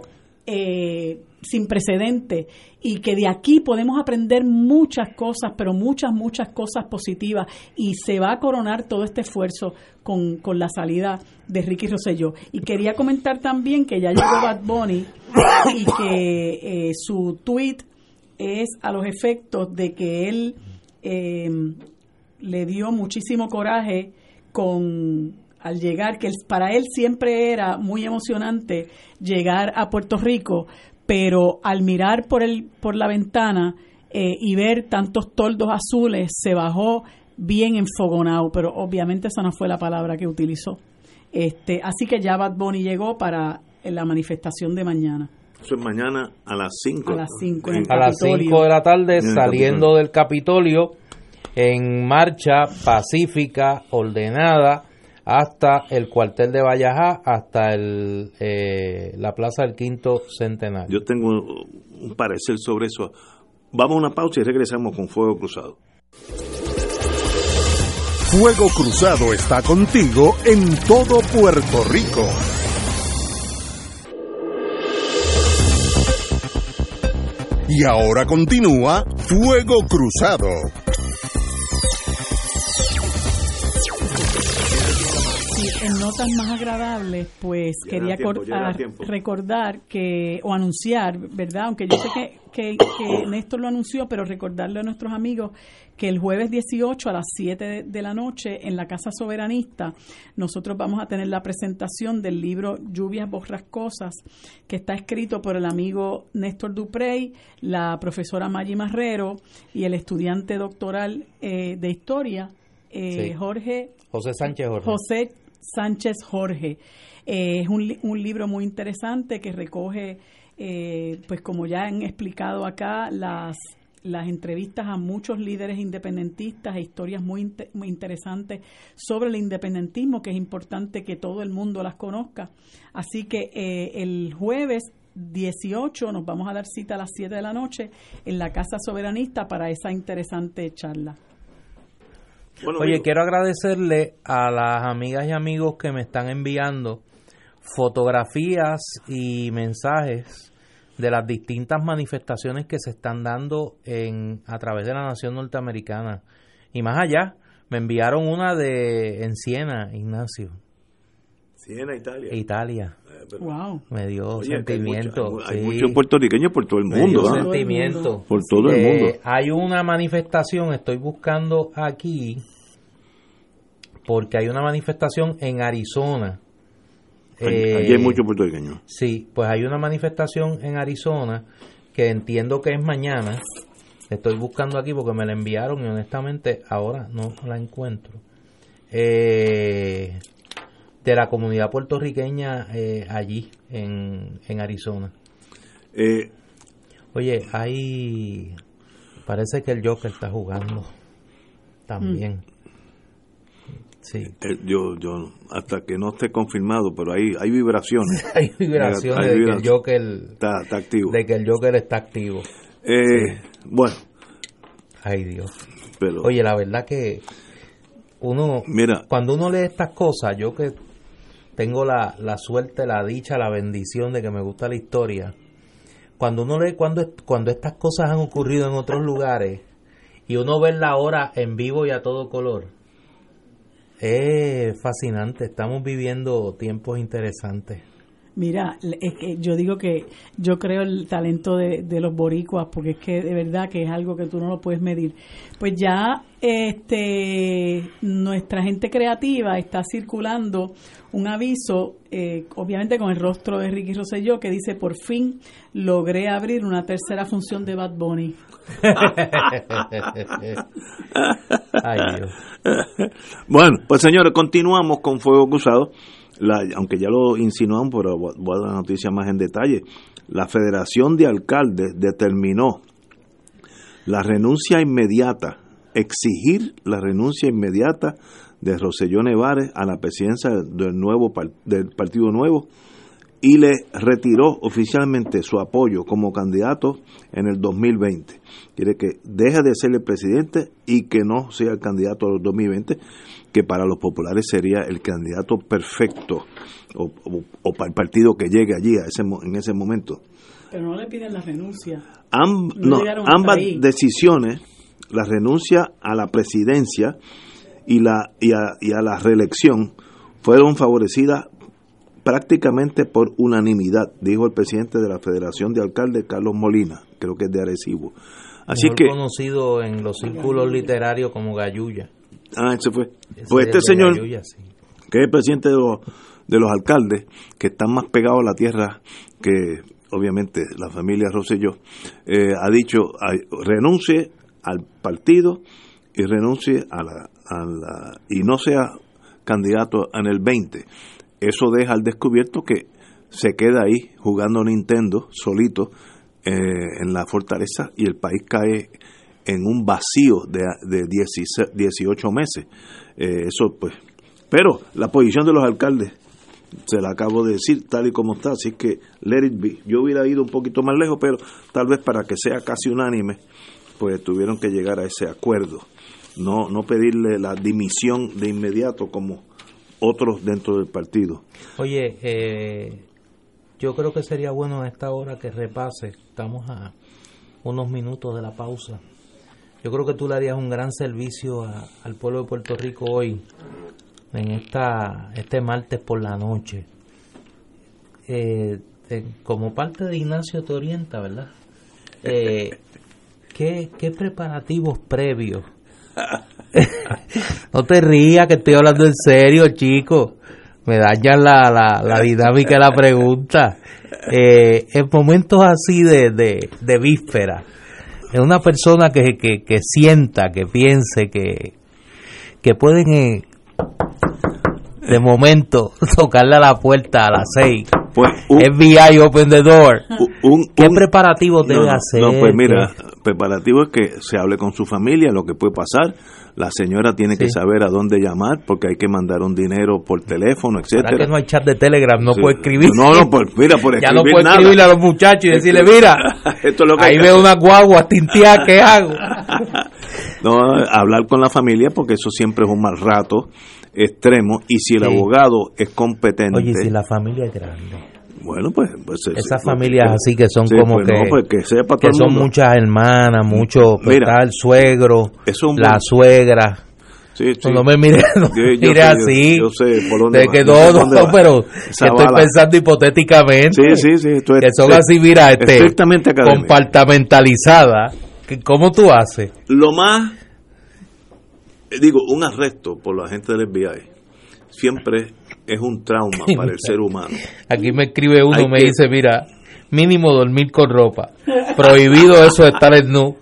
eh, sin precedentes y que de aquí podemos aprender muchas cosas, pero muchas, muchas cosas positivas, y se va a coronar todo este esfuerzo con, con la salida de Ricky Rosselló. Y quería comentar también que ya llegó Bad Bunny y que eh, su tweet es a los efectos de que él eh, le dio muchísimo coraje con al llegar, que para él siempre era muy emocionante llegar a Puerto Rico, pero al mirar por el por la ventana eh, y ver tantos toldos azules, se bajó bien enfogonado, pero obviamente esa no fue la palabra que utilizó. Este, así que ya Bad Bunny llegó para la manifestación de mañana. Eso es mañana a las cinco. A las cinco. A las cinco de la tarde, saliendo del Capitolio, en marcha pacífica, ordenada, hasta el cuartel de Vallajá, hasta el eh, la plaza del Quinto Centenario. Yo tengo un parecer sobre eso. Vamos a una pausa y regresamos con Fuego Cruzado. Fuego Cruzado está contigo en todo Puerto Rico. Y ahora continúa Fuego Cruzado. En notas más agradables, pues ya quería tiempo, cortar, recordar que, o anunciar, ¿verdad? Aunque yo sé que, que, que Néstor lo anunció, pero recordarle a nuestros amigos que el jueves dieciocho a las siete de, de la noche en la Casa Soberanista nosotros vamos a tener la presentación del libro Lluvias Borrascosas, que está escrito por el amigo Néstor Duprey, la profesora Maggie Marrero y el estudiante doctoral eh, de Historia, eh, sí. Jorge... José Sánchez Jorge. José Sánchez Jorge. Eh, es un, un libro muy interesante que recoge, eh, pues como ya han explicado acá, las, las entrevistas a muchos líderes independentistas e historias muy, inter, muy interesantes sobre el independentismo, que es importante que todo el mundo las conozca. Así que eh, el jueves dieciocho nos vamos a dar cita a las siete de la noche en la Casa Soberanista para esa interesante charla. Bueno, Oye, amigo. quiero agradecerle a las amigas y amigos que me están enviando fotografías y mensajes de las distintas manifestaciones que se están dando en a través de la nación norteamericana. Y más allá, me enviaron una de en Siena, Ignacio. Siena, Italia. Italia. Eh, pero, wow. Me dio Oye, sentimiento. Hay, mucho, hay, sí. hay muchos puertorriqueños por todo el mundo. Me dio ¿eh? sentimiento. Por todo el mundo. Eh, hay una manifestación, estoy buscando aquí, porque hay una manifestación en Arizona. Allí Eh, hay muchos puertorriqueños. Sí, pues hay una manifestación en Arizona que entiendo que es mañana. Estoy buscando aquí porque me la enviaron y honestamente ahora no la encuentro. Eh, de la comunidad puertorriqueña eh, allí en, en Arizona. Eh, Oye, hay... Parece que el Joker está jugando también. Mm. Sí. Eh, yo, yo, hasta que no esté confirmado, pero hay, hay vibraciones. hay vibraciones hay de vibraciones. que el Joker está, está activo. De que el Joker está activo. Eh, sí. Bueno. Ay, Dios. Pero, Oye, la verdad que uno, mira, cuando uno lee estas cosas, yo que tengo la, la suerte, la dicha, la bendición de que me gusta la historia, cuando uno lee cuando, cuando estas cosas han ocurrido en otros lugares y uno ve la hora en vivo y a todo color, es fascinante. Estamos viviendo tiempos interesantes. Mira, es que yo digo que yo creo el talento de, de los boricuas, porque es que de verdad que es algo que tú no lo puedes medir. Pues ya este nuestra gente creativa está circulando un aviso, eh, obviamente con el rostro de Ricky Rosselló, que dice: por fin logré abrir una tercera función de Bad Bunny. Ay, Dios. Bueno, pues señores, continuamos con Fuego Cruzado. La, aunque ya lo insinuamos, pero voy a dar la noticia más en detalle. La Federación de Alcaldes determinó la renuncia inmediata, exigir la renuncia inmediata de Rosselló Nevares a la presidencia del nuevo del Partido Nuevo y le retiró oficialmente su apoyo como candidato en el dos mil veinte. Quiere que deje de ser el presidente y que no sea el candidato del dos mil veinte, que para los populares sería el candidato perfecto o, o, o para el partido que llegue allí a ese, en ese momento. Pero no le piden la renuncia. Amb, no, no, ambas decisiones, la renuncia a la presidencia y, la, y, a, y a la reelección, fueron favorecidas prácticamente por unanimidad, dijo el presidente de la Federación de Alcaldes, Carlos Molina, creo que es de Arecibo. Así Mejor que conocido en los círculos literarios como Gallulla. Ah, ese fue. Ese pues este señor, Gallulla, sí. que es el presidente de los, de los alcaldes, que están más pegados a la tierra que obviamente la familia Rosselló, eh, ha dicho, ay, renuncie al partido y renuncie a la, a la y no sea candidato en el veinte. Eso deja al descubierto que se queda ahí jugando Nintendo solito eh, en la fortaleza, y el país cae en un vacío de, de dieciocho meses. Eh, eso pues, pero la posición de los alcaldes se la acabo de decir tal y como está, así que let it be. Yo hubiera ido un poquito más lejos, pero tal vez para que sea casi unánime, pues tuvieron que llegar a ese acuerdo. No, no pedirle la dimisión de inmediato como otros dentro del partido. Oye, eh, yo creo que sería bueno a esta hora que repase, estamos a unos minutos de la pausa. Yo creo que tú le harías un gran servicio a, al pueblo de Puerto Rico hoy, en esta este martes por la noche. Eh, de, como parte de Ignacio Te Orienta, ¿verdad? Eh, ¿qué, ¿Qué preparativos previos? No te rías, que estoy hablando en serio, chico. Me dañan la, la, la dinámica de la pregunta. Eh, en momentos así de, de, de víspera, es una persona que, que, que sienta, que piense que, que pueden eh, de momento tocarle a la puerta a las seis. Pues un, F B I open the door. Un, un, ¿Qué preparativos debe no, hacer? No, pues mira, preparativo es que se hable con su familia, lo que puede pasar. La señora tiene sí. que saber a dónde llamar, porque hay que mandar un dinero por teléfono, etcétera. Ahora que no hay chat de Telegram, no sí. puede escribir. No, no, pues mira, por escribir ya no puede nada. escribirle a los muchachos y decirle, mira, esto es lo que ahí veo una guagua tinteada, ¿qué hago? No, hablar con la familia, porque eso siempre es un mal rato extremo, y si el sí. abogado es competente. Oye, si la familia es grande. Bueno, pues, pues esas sí, familias pues, así que son sí, como pues que, no, pues que, sepa que son mundo. muchas hermanas, mucho pues, Mira, está el suegro, un la buen... suegra. Sí, sí. No me mire, no yo, me yo mire sé, así. Yo, yo sé por dónde de va. que no, no, no, pero que estoy pensando hipotéticamente. Sí, sí, sí. Esto es, que son así, mira, este, estrictamente académico. Compartamentalizadas. ¿Cómo tú haces? Lo más, digo, un arresto por la gente del F B I siempre es un trauma para el ser humano. Aquí me escribe uno, Hay me que... dice, mira, mínimo dormir con ropa. Prohibido eso de estar en nu.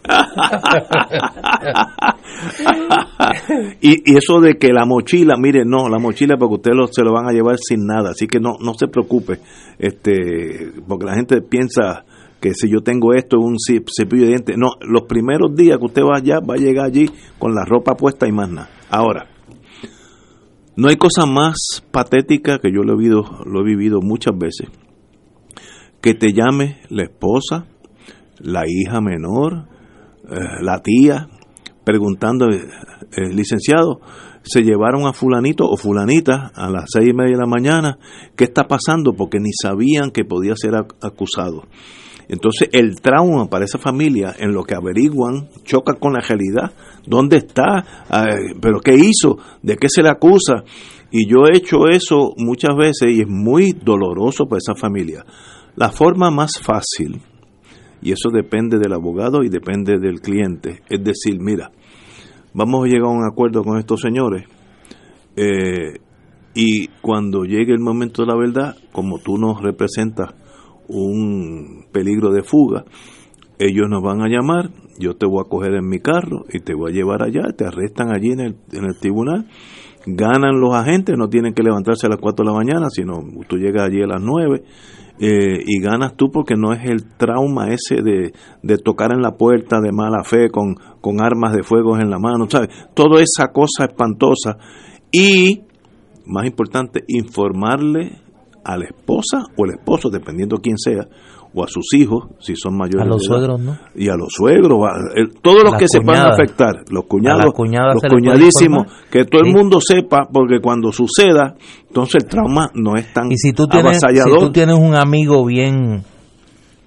y, y eso de que la mochila, mire, no, la mochila porque ustedes lo, se lo van a llevar sin nada, así que no, no se preocupe, este, porque la gente piensa que si yo tengo esto es un cepillo de dientes. No, los primeros días que usted va allá, va a llegar allí con la ropa puesta y más nada. Ahora, no hay cosa más patética que yo lo he vivido, lo he vivido muchas veces, que te llame la esposa, la hija menor, eh, la tía, preguntando, eh, eh, licenciado, se llevaron a fulanito o fulanita a las seis y media de la mañana, ¿qué está pasando? Porque ni sabían que podía ser acusado. Entonces el trauma para esa familia, en lo que averiguan, choca con la realidad. ¿Dónde está? Eh, ¿Pero qué hizo? ¿De qué se le acusa? Y yo he hecho eso muchas veces y es muy doloroso para esa familia. La forma más fácil, y eso depende del abogado y depende del cliente, es decir, mira, vamos a llegar a un acuerdo con estos señores eh, y cuando llegue el momento de la verdad, como tú nos representas un peligro de fuga, ellos nos van a llamar, yo te voy a coger en mi carro y te voy a llevar allá, te arrestan allí en el, en el tribunal, ganan los agentes, no tienen que levantarse a las cuatro de la mañana, sino tú llegas allí a las nueve eh, y ganas tú porque no es el trauma ese de, de tocar en la puerta de mala fe con, con armas de fuego en la mano, ¿sabes? Toda esa cosa espantosa y, más importante, informarle a la esposa o el esposo, dependiendo quién sea, o a sus hijos, si son mayores. A los de edad, suegros, ¿no? Y a los suegros, a, el, todos los que se van a afectar, los cuñados, los cuñadísimos, que todo sí. el mundo sepa, porque cuando suceda, entonces el trauma no es tan y si tú tienes, avasallador. Si tú tienes un amigo bien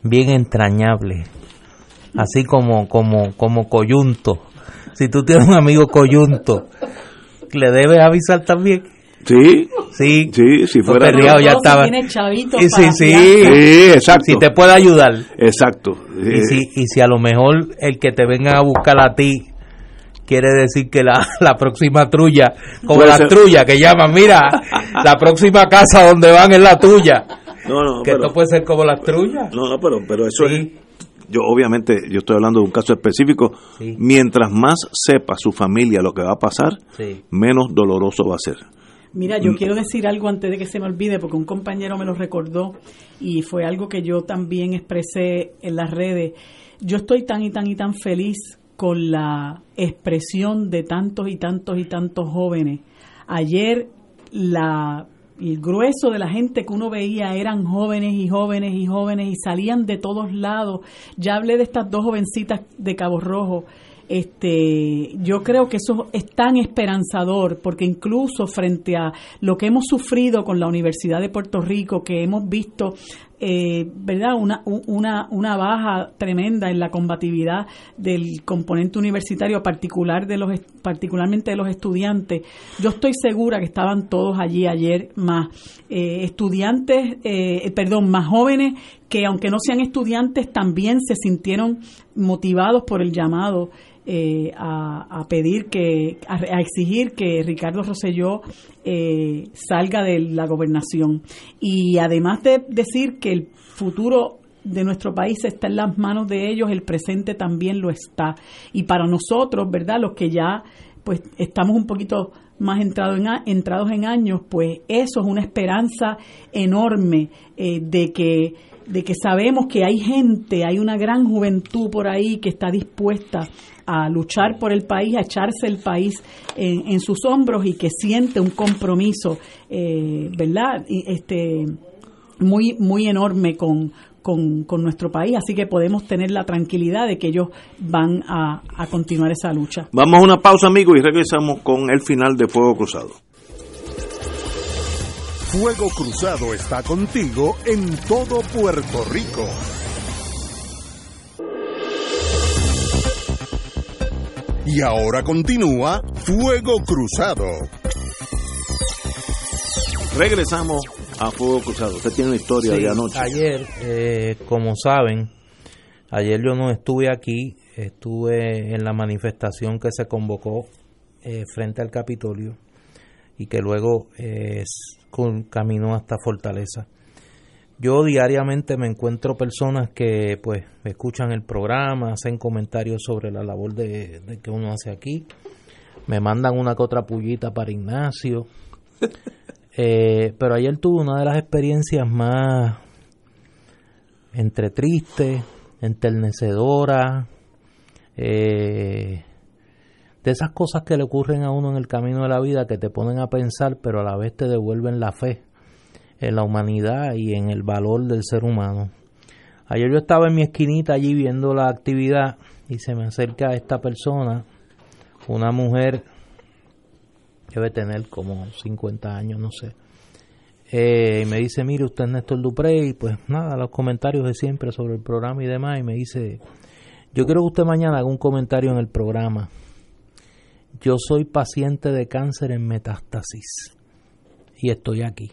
bien entrañable, así como como como coyunto. Si tú tienes un amigo coyunto, ¿le debes avisar también? Sí, sí, sí, si fuera no, ya no, estaba. Si tienes chavitos sí, sí, sí, sí, exacto. Si te puede ayudar. Exacto. Y si y si a lo mejor el que te venga a buscar a ti quiere decir que la, la próxima trulla, como las trullas que llaman, mira, la próxima casa donde van es la tuya. No, no, que pero, esto puede ser como las trullas. No, no, pero pero eso sí. es, yo obviamente yo estoy hablando de un caso específico. Sí. Mientras más sepa su familia lo que va a pasar, sí. menos doloroso va a ser. Mira, yo quiero decir algo antes de que se me olvide, porque un compañero me lo recordó y fue algo que yo también expresé en las redes. Yo estoy tan y tan y tan feliz con la expresión de tantos y tantos y tantos jóvenes. Ayer la, el grueso de la gente que uno veía eran jóvenes y jóvenes y jóvenes y salían de todos lados. Ya hablé de estas dos jovencitas de Cabo Rojo. Este, yo creo que eso es tan esperanzador, porque incluso frente a lo que hemos sufrido con la Universidad de Puerto Rico, que hemos visto eh, verdad una una una baja tremenda en la combatividad del componente universitario, particular de los particularmente de los estudiantes, yo estoy segura que estaban todos allí ayer, más eh, estudiantes eh, perdón más jóvenes que, aunque no sean estudiantes, también se sintieron motivados por el llamado Eh, a, a pedir que, a, a exigir que Ricardo Rosselló eh, salga de la gobernación. Y además de decir que el futuro de nuestro país está en las manos de ellos, el presente también lo está. Y para nosotros, ¿verdad?, los que ya pues estamos un poquito más entrado en a, entrados en años, pues eso es una esperanza enorme eh, de que de que sabemos que hay gente, hay una gran juventud por ahí que está dispuesta a luchar por el país, a echarse el país en, en sus hombros y que siente un compromiso, eh, ¿verdad?, y este muy muy enorme con, con, con nuestro país, así que podemos tener la tranquilidad de que ellos van a, a continuar esa lucha. Vamos a una pausa, amigos, y regresamos con el final de Fuego Cruzado. Fuego Cruzado está contigo en todo Puerto Rico. Y ahora continúa Fuego Cruzado. Regresamos a Fuego Cruzado. Usted tiene una historia sí, de anoche. Ayer, eh, como saben, ayer yo no estuve aquí, estuve en la manifestación que se convocó eh, frente al Capitolio y que luego eh, caminó hasta Fortaleza. Yo diariamente me encuentro personas que pues escuchan el programa, hacen comentarios sobre la labor de, de que uno hace aquí, me mandan una que otra pullita para Ignacio, eh, pero ayer tuve una de las experiencias más entre triste, enternecedora, eh, de esas cosas que le ocurren a uno en el camino de la vida que te ponen a pensar, pero a la vez te devuelven la fe en la humanidad y en el valor del ser humano. Ayer yo estaba en mi esquinita allí viendo la actividad y se me acerca esta persona, una mujer, debe tener como cincuenta años, no sé, eh, y me dice, mire, usted es Néstor Duprey, y pues nada, los comentarios de siempre sobre el programa y demás, y me dice, yo quiero que usted mañana haga un comentario en el programa. Yo soy paciente de cáncer en metástasis y estoy aquí.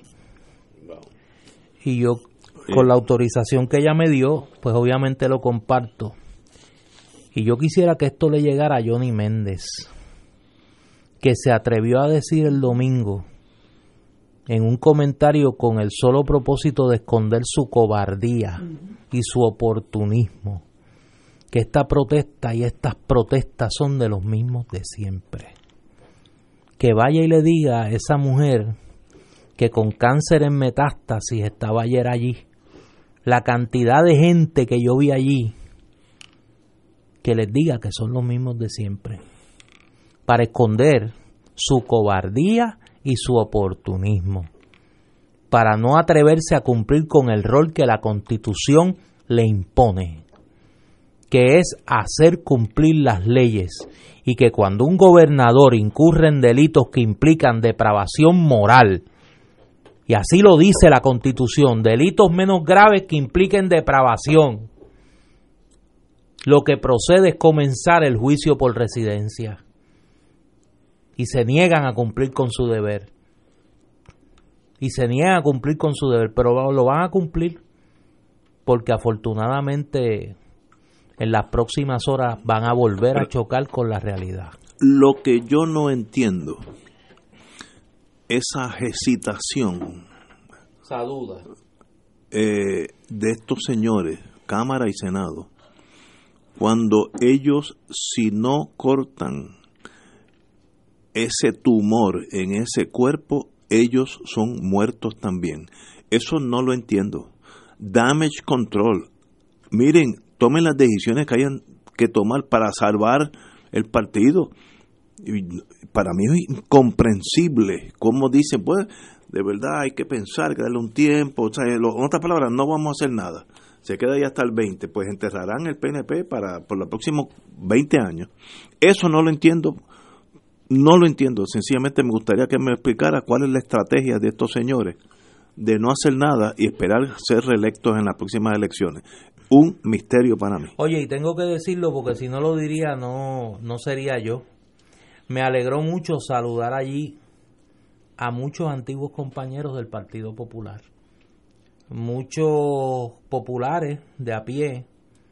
Y yo, con la autorización que ella me dio, pues obviamente lo comparto. Y yo quisiera que esto le llegara a Johnny Méndez, que se atrevió a decir el domingo, en un comentario con el solo propósito de esconder su cobardía y su oportunismo, que esta protesta y estas protestas son de los mismos de siempre. Que vaya y le diga a esa mujer que con cáncer en metástasis estaba ayer allí, la cantidad de gente que yo vi allí, que les diga que son los mismos de siempre, para esconder su cobardía y su oportunismo, para no atreverse a cumplir con el rol que la Constitución le impone, que es hacer cumplir las leyes, y que cuando un gobernador incurre en delitos que implican depravación moral, Y así lo dice la Constitución, delitos menos graves que impliquen depravación. Lo que procede es comenzar el juicio por residencia. Y se niegan a cumplir con su deber. Y se niegan a cumplir con su deber, pero lo van a cumplir porque afortunadamente en las próximas horas van a volver a chocar con la realidad. Lo que yo no entiendo, esa hesitación, esa duda eh, de estos señores, Cámara y Senado, cuando ellos, si no cortan ese tumor en ese cuerpo, ellos son muertos también. Eso no lo entiendo. Damage control. Miren, tomen las decisiones que hayan que tomar para salvar el partido. Y para mí es incomprensible cómo dicen, pues, de verdad hay que pensar, que darle un tiempo. O sea, en otras palabras, no vamos a hacer nada. Se queda ahí hasta el veinte, pues enterrarán el P N P para por los próximos veinte años. Eso no lo entiendo. No lo entiendo, sencillamente me gustaría que me explicara cuál es la estrategia de estos señores de no hacer nada y esperar ser reelectos en las próximas elecciones. Un misterio para mí. Oye, y tengo que decirlo porque si no lo diría no, no sería yo. Me alegró mucho saludar allí a muchos antiguos compañeros del Partido Popular. Muchos populares de a pie.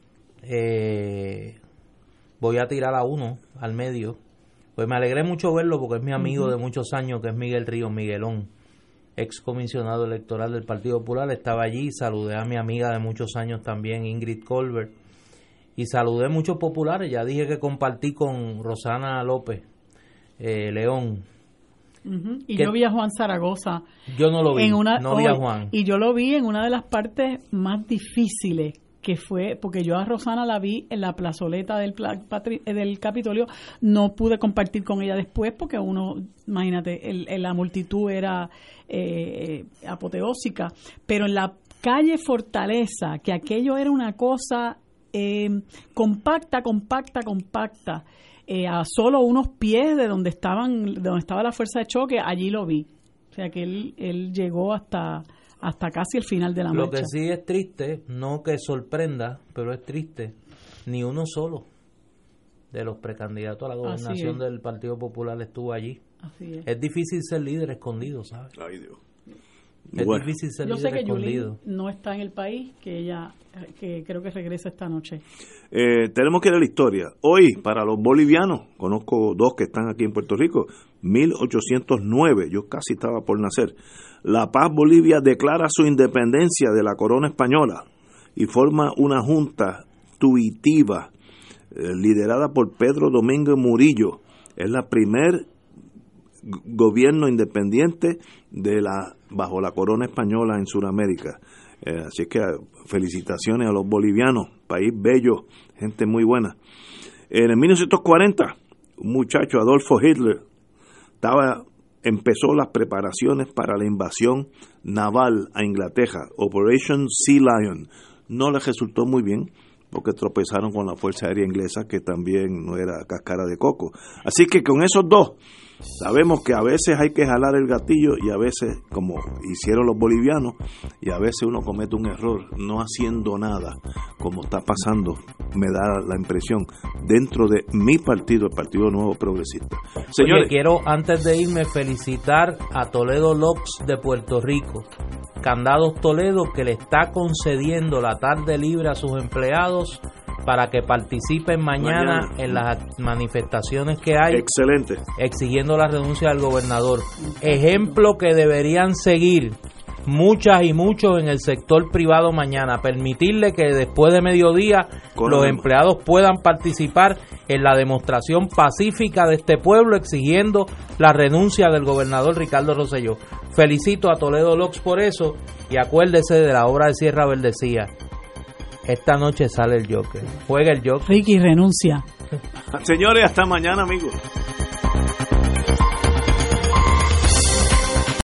Eh, voy a tirar a uno al medio. Pues me alegré mucho verlo porque es mi amigo uh-huh. de muchos años, que es Miguel Ríos Miguelón, ex comisionado electoral del Partido Popular. Estaba allí, saludé a mi amiga de muchos años también, Ingrid Colbert, y saludé a muchos populares. Ya dije que compartí con Rosana López eh, León. Uh-huh. Y yo vi a Juan Zaragoza. Yo no lo vi, en una, no vi a Juan. Y yo lo vi en una de las partes más difíciles, que fue, porque yo a Rosana la vi en la plazoleta del, del Capitolio, no pude compartir con ella después porque uno, imagínate, el, el, la multitud era eh, apoteósica, pero en la calle Fortaleza, que aquello era una cosa eh, compacta, compacta, compacta, eh, a solo unos pies de donde estaban, de donde estaba la fuerza de choque, allí lo vi. O sea que él, él llegó hasta... hasta casi el final de la marcha. Lo que sí es triste, no que sorprenda, pero es triste, ni uno solo de los precandidatos a la gobernación del Partido Popular estuvo allí. Así es. Es difícil ser líder escondido, ¿sabes? Ay, Dios. Es bueno. difícil ser Yo líder sé que escondido. Yulín no está en el país, que ella, que creo que regresa esta noche. Eh, tenemos que ir a la historia. Hoy, para los bolivianos, conozco dos que están aquí en Puerto Rico, mil ochocientos nueve, yo casi estaba por nacer. La Paz Bolivia declara su independencia de la corona española y forma una junta tuitiva eh, liderada por Pedro Domingo Murillo. Es la primer gobierno independiente de la bajo la corona española en Sudamérica. Eh, así que felicitaciones a los bolivianos, país bello, gente muy buena. En el mil novecientos cuarenta, un muchacho, Adolfo Hitler, estaba empezó las preparaciones para la invasión naval a Inglaterra, Operation Sea Lion. No les resultó muy bien porque tropezaron con la Fuerza Aérea Inglesa, que también no era cáscara de coco. Así que con esos dos, sabemos que a veces hay que jalar el gatillo y a veces, como hicieron los bolivianos, y a veces uno comete un error no haciendo nada, como está pasando, me da la impresión, dentro de mi partido, el Partido Nuevo Progresista. Señores, Oye, quiero antes de irme felicitar a Toledo Locks de Puerto Rico, Candados Toledo, que le está concediendo la tarde libre a sus empleados para que participen mañana, mañana en las manifestaciones que hay. Excelente. Exigiendo la renuncia del gobernador. Ejemplo que deberían seguir muchas y muchos en el sector privado mañana. Permitirle que después de mediodía Con los empleados puedan participar en la demostración pacífica de este pueblo exigiendo la renuncia del gobernador Ricardo Rosselló. Felicito a Toledo Locks por eso y acuérdese de la obra de Sierra Verdecía. Esta noche sale el Joker. Juega el Joker. Ricky, renuncia. Señores, hasta mañana, amigos.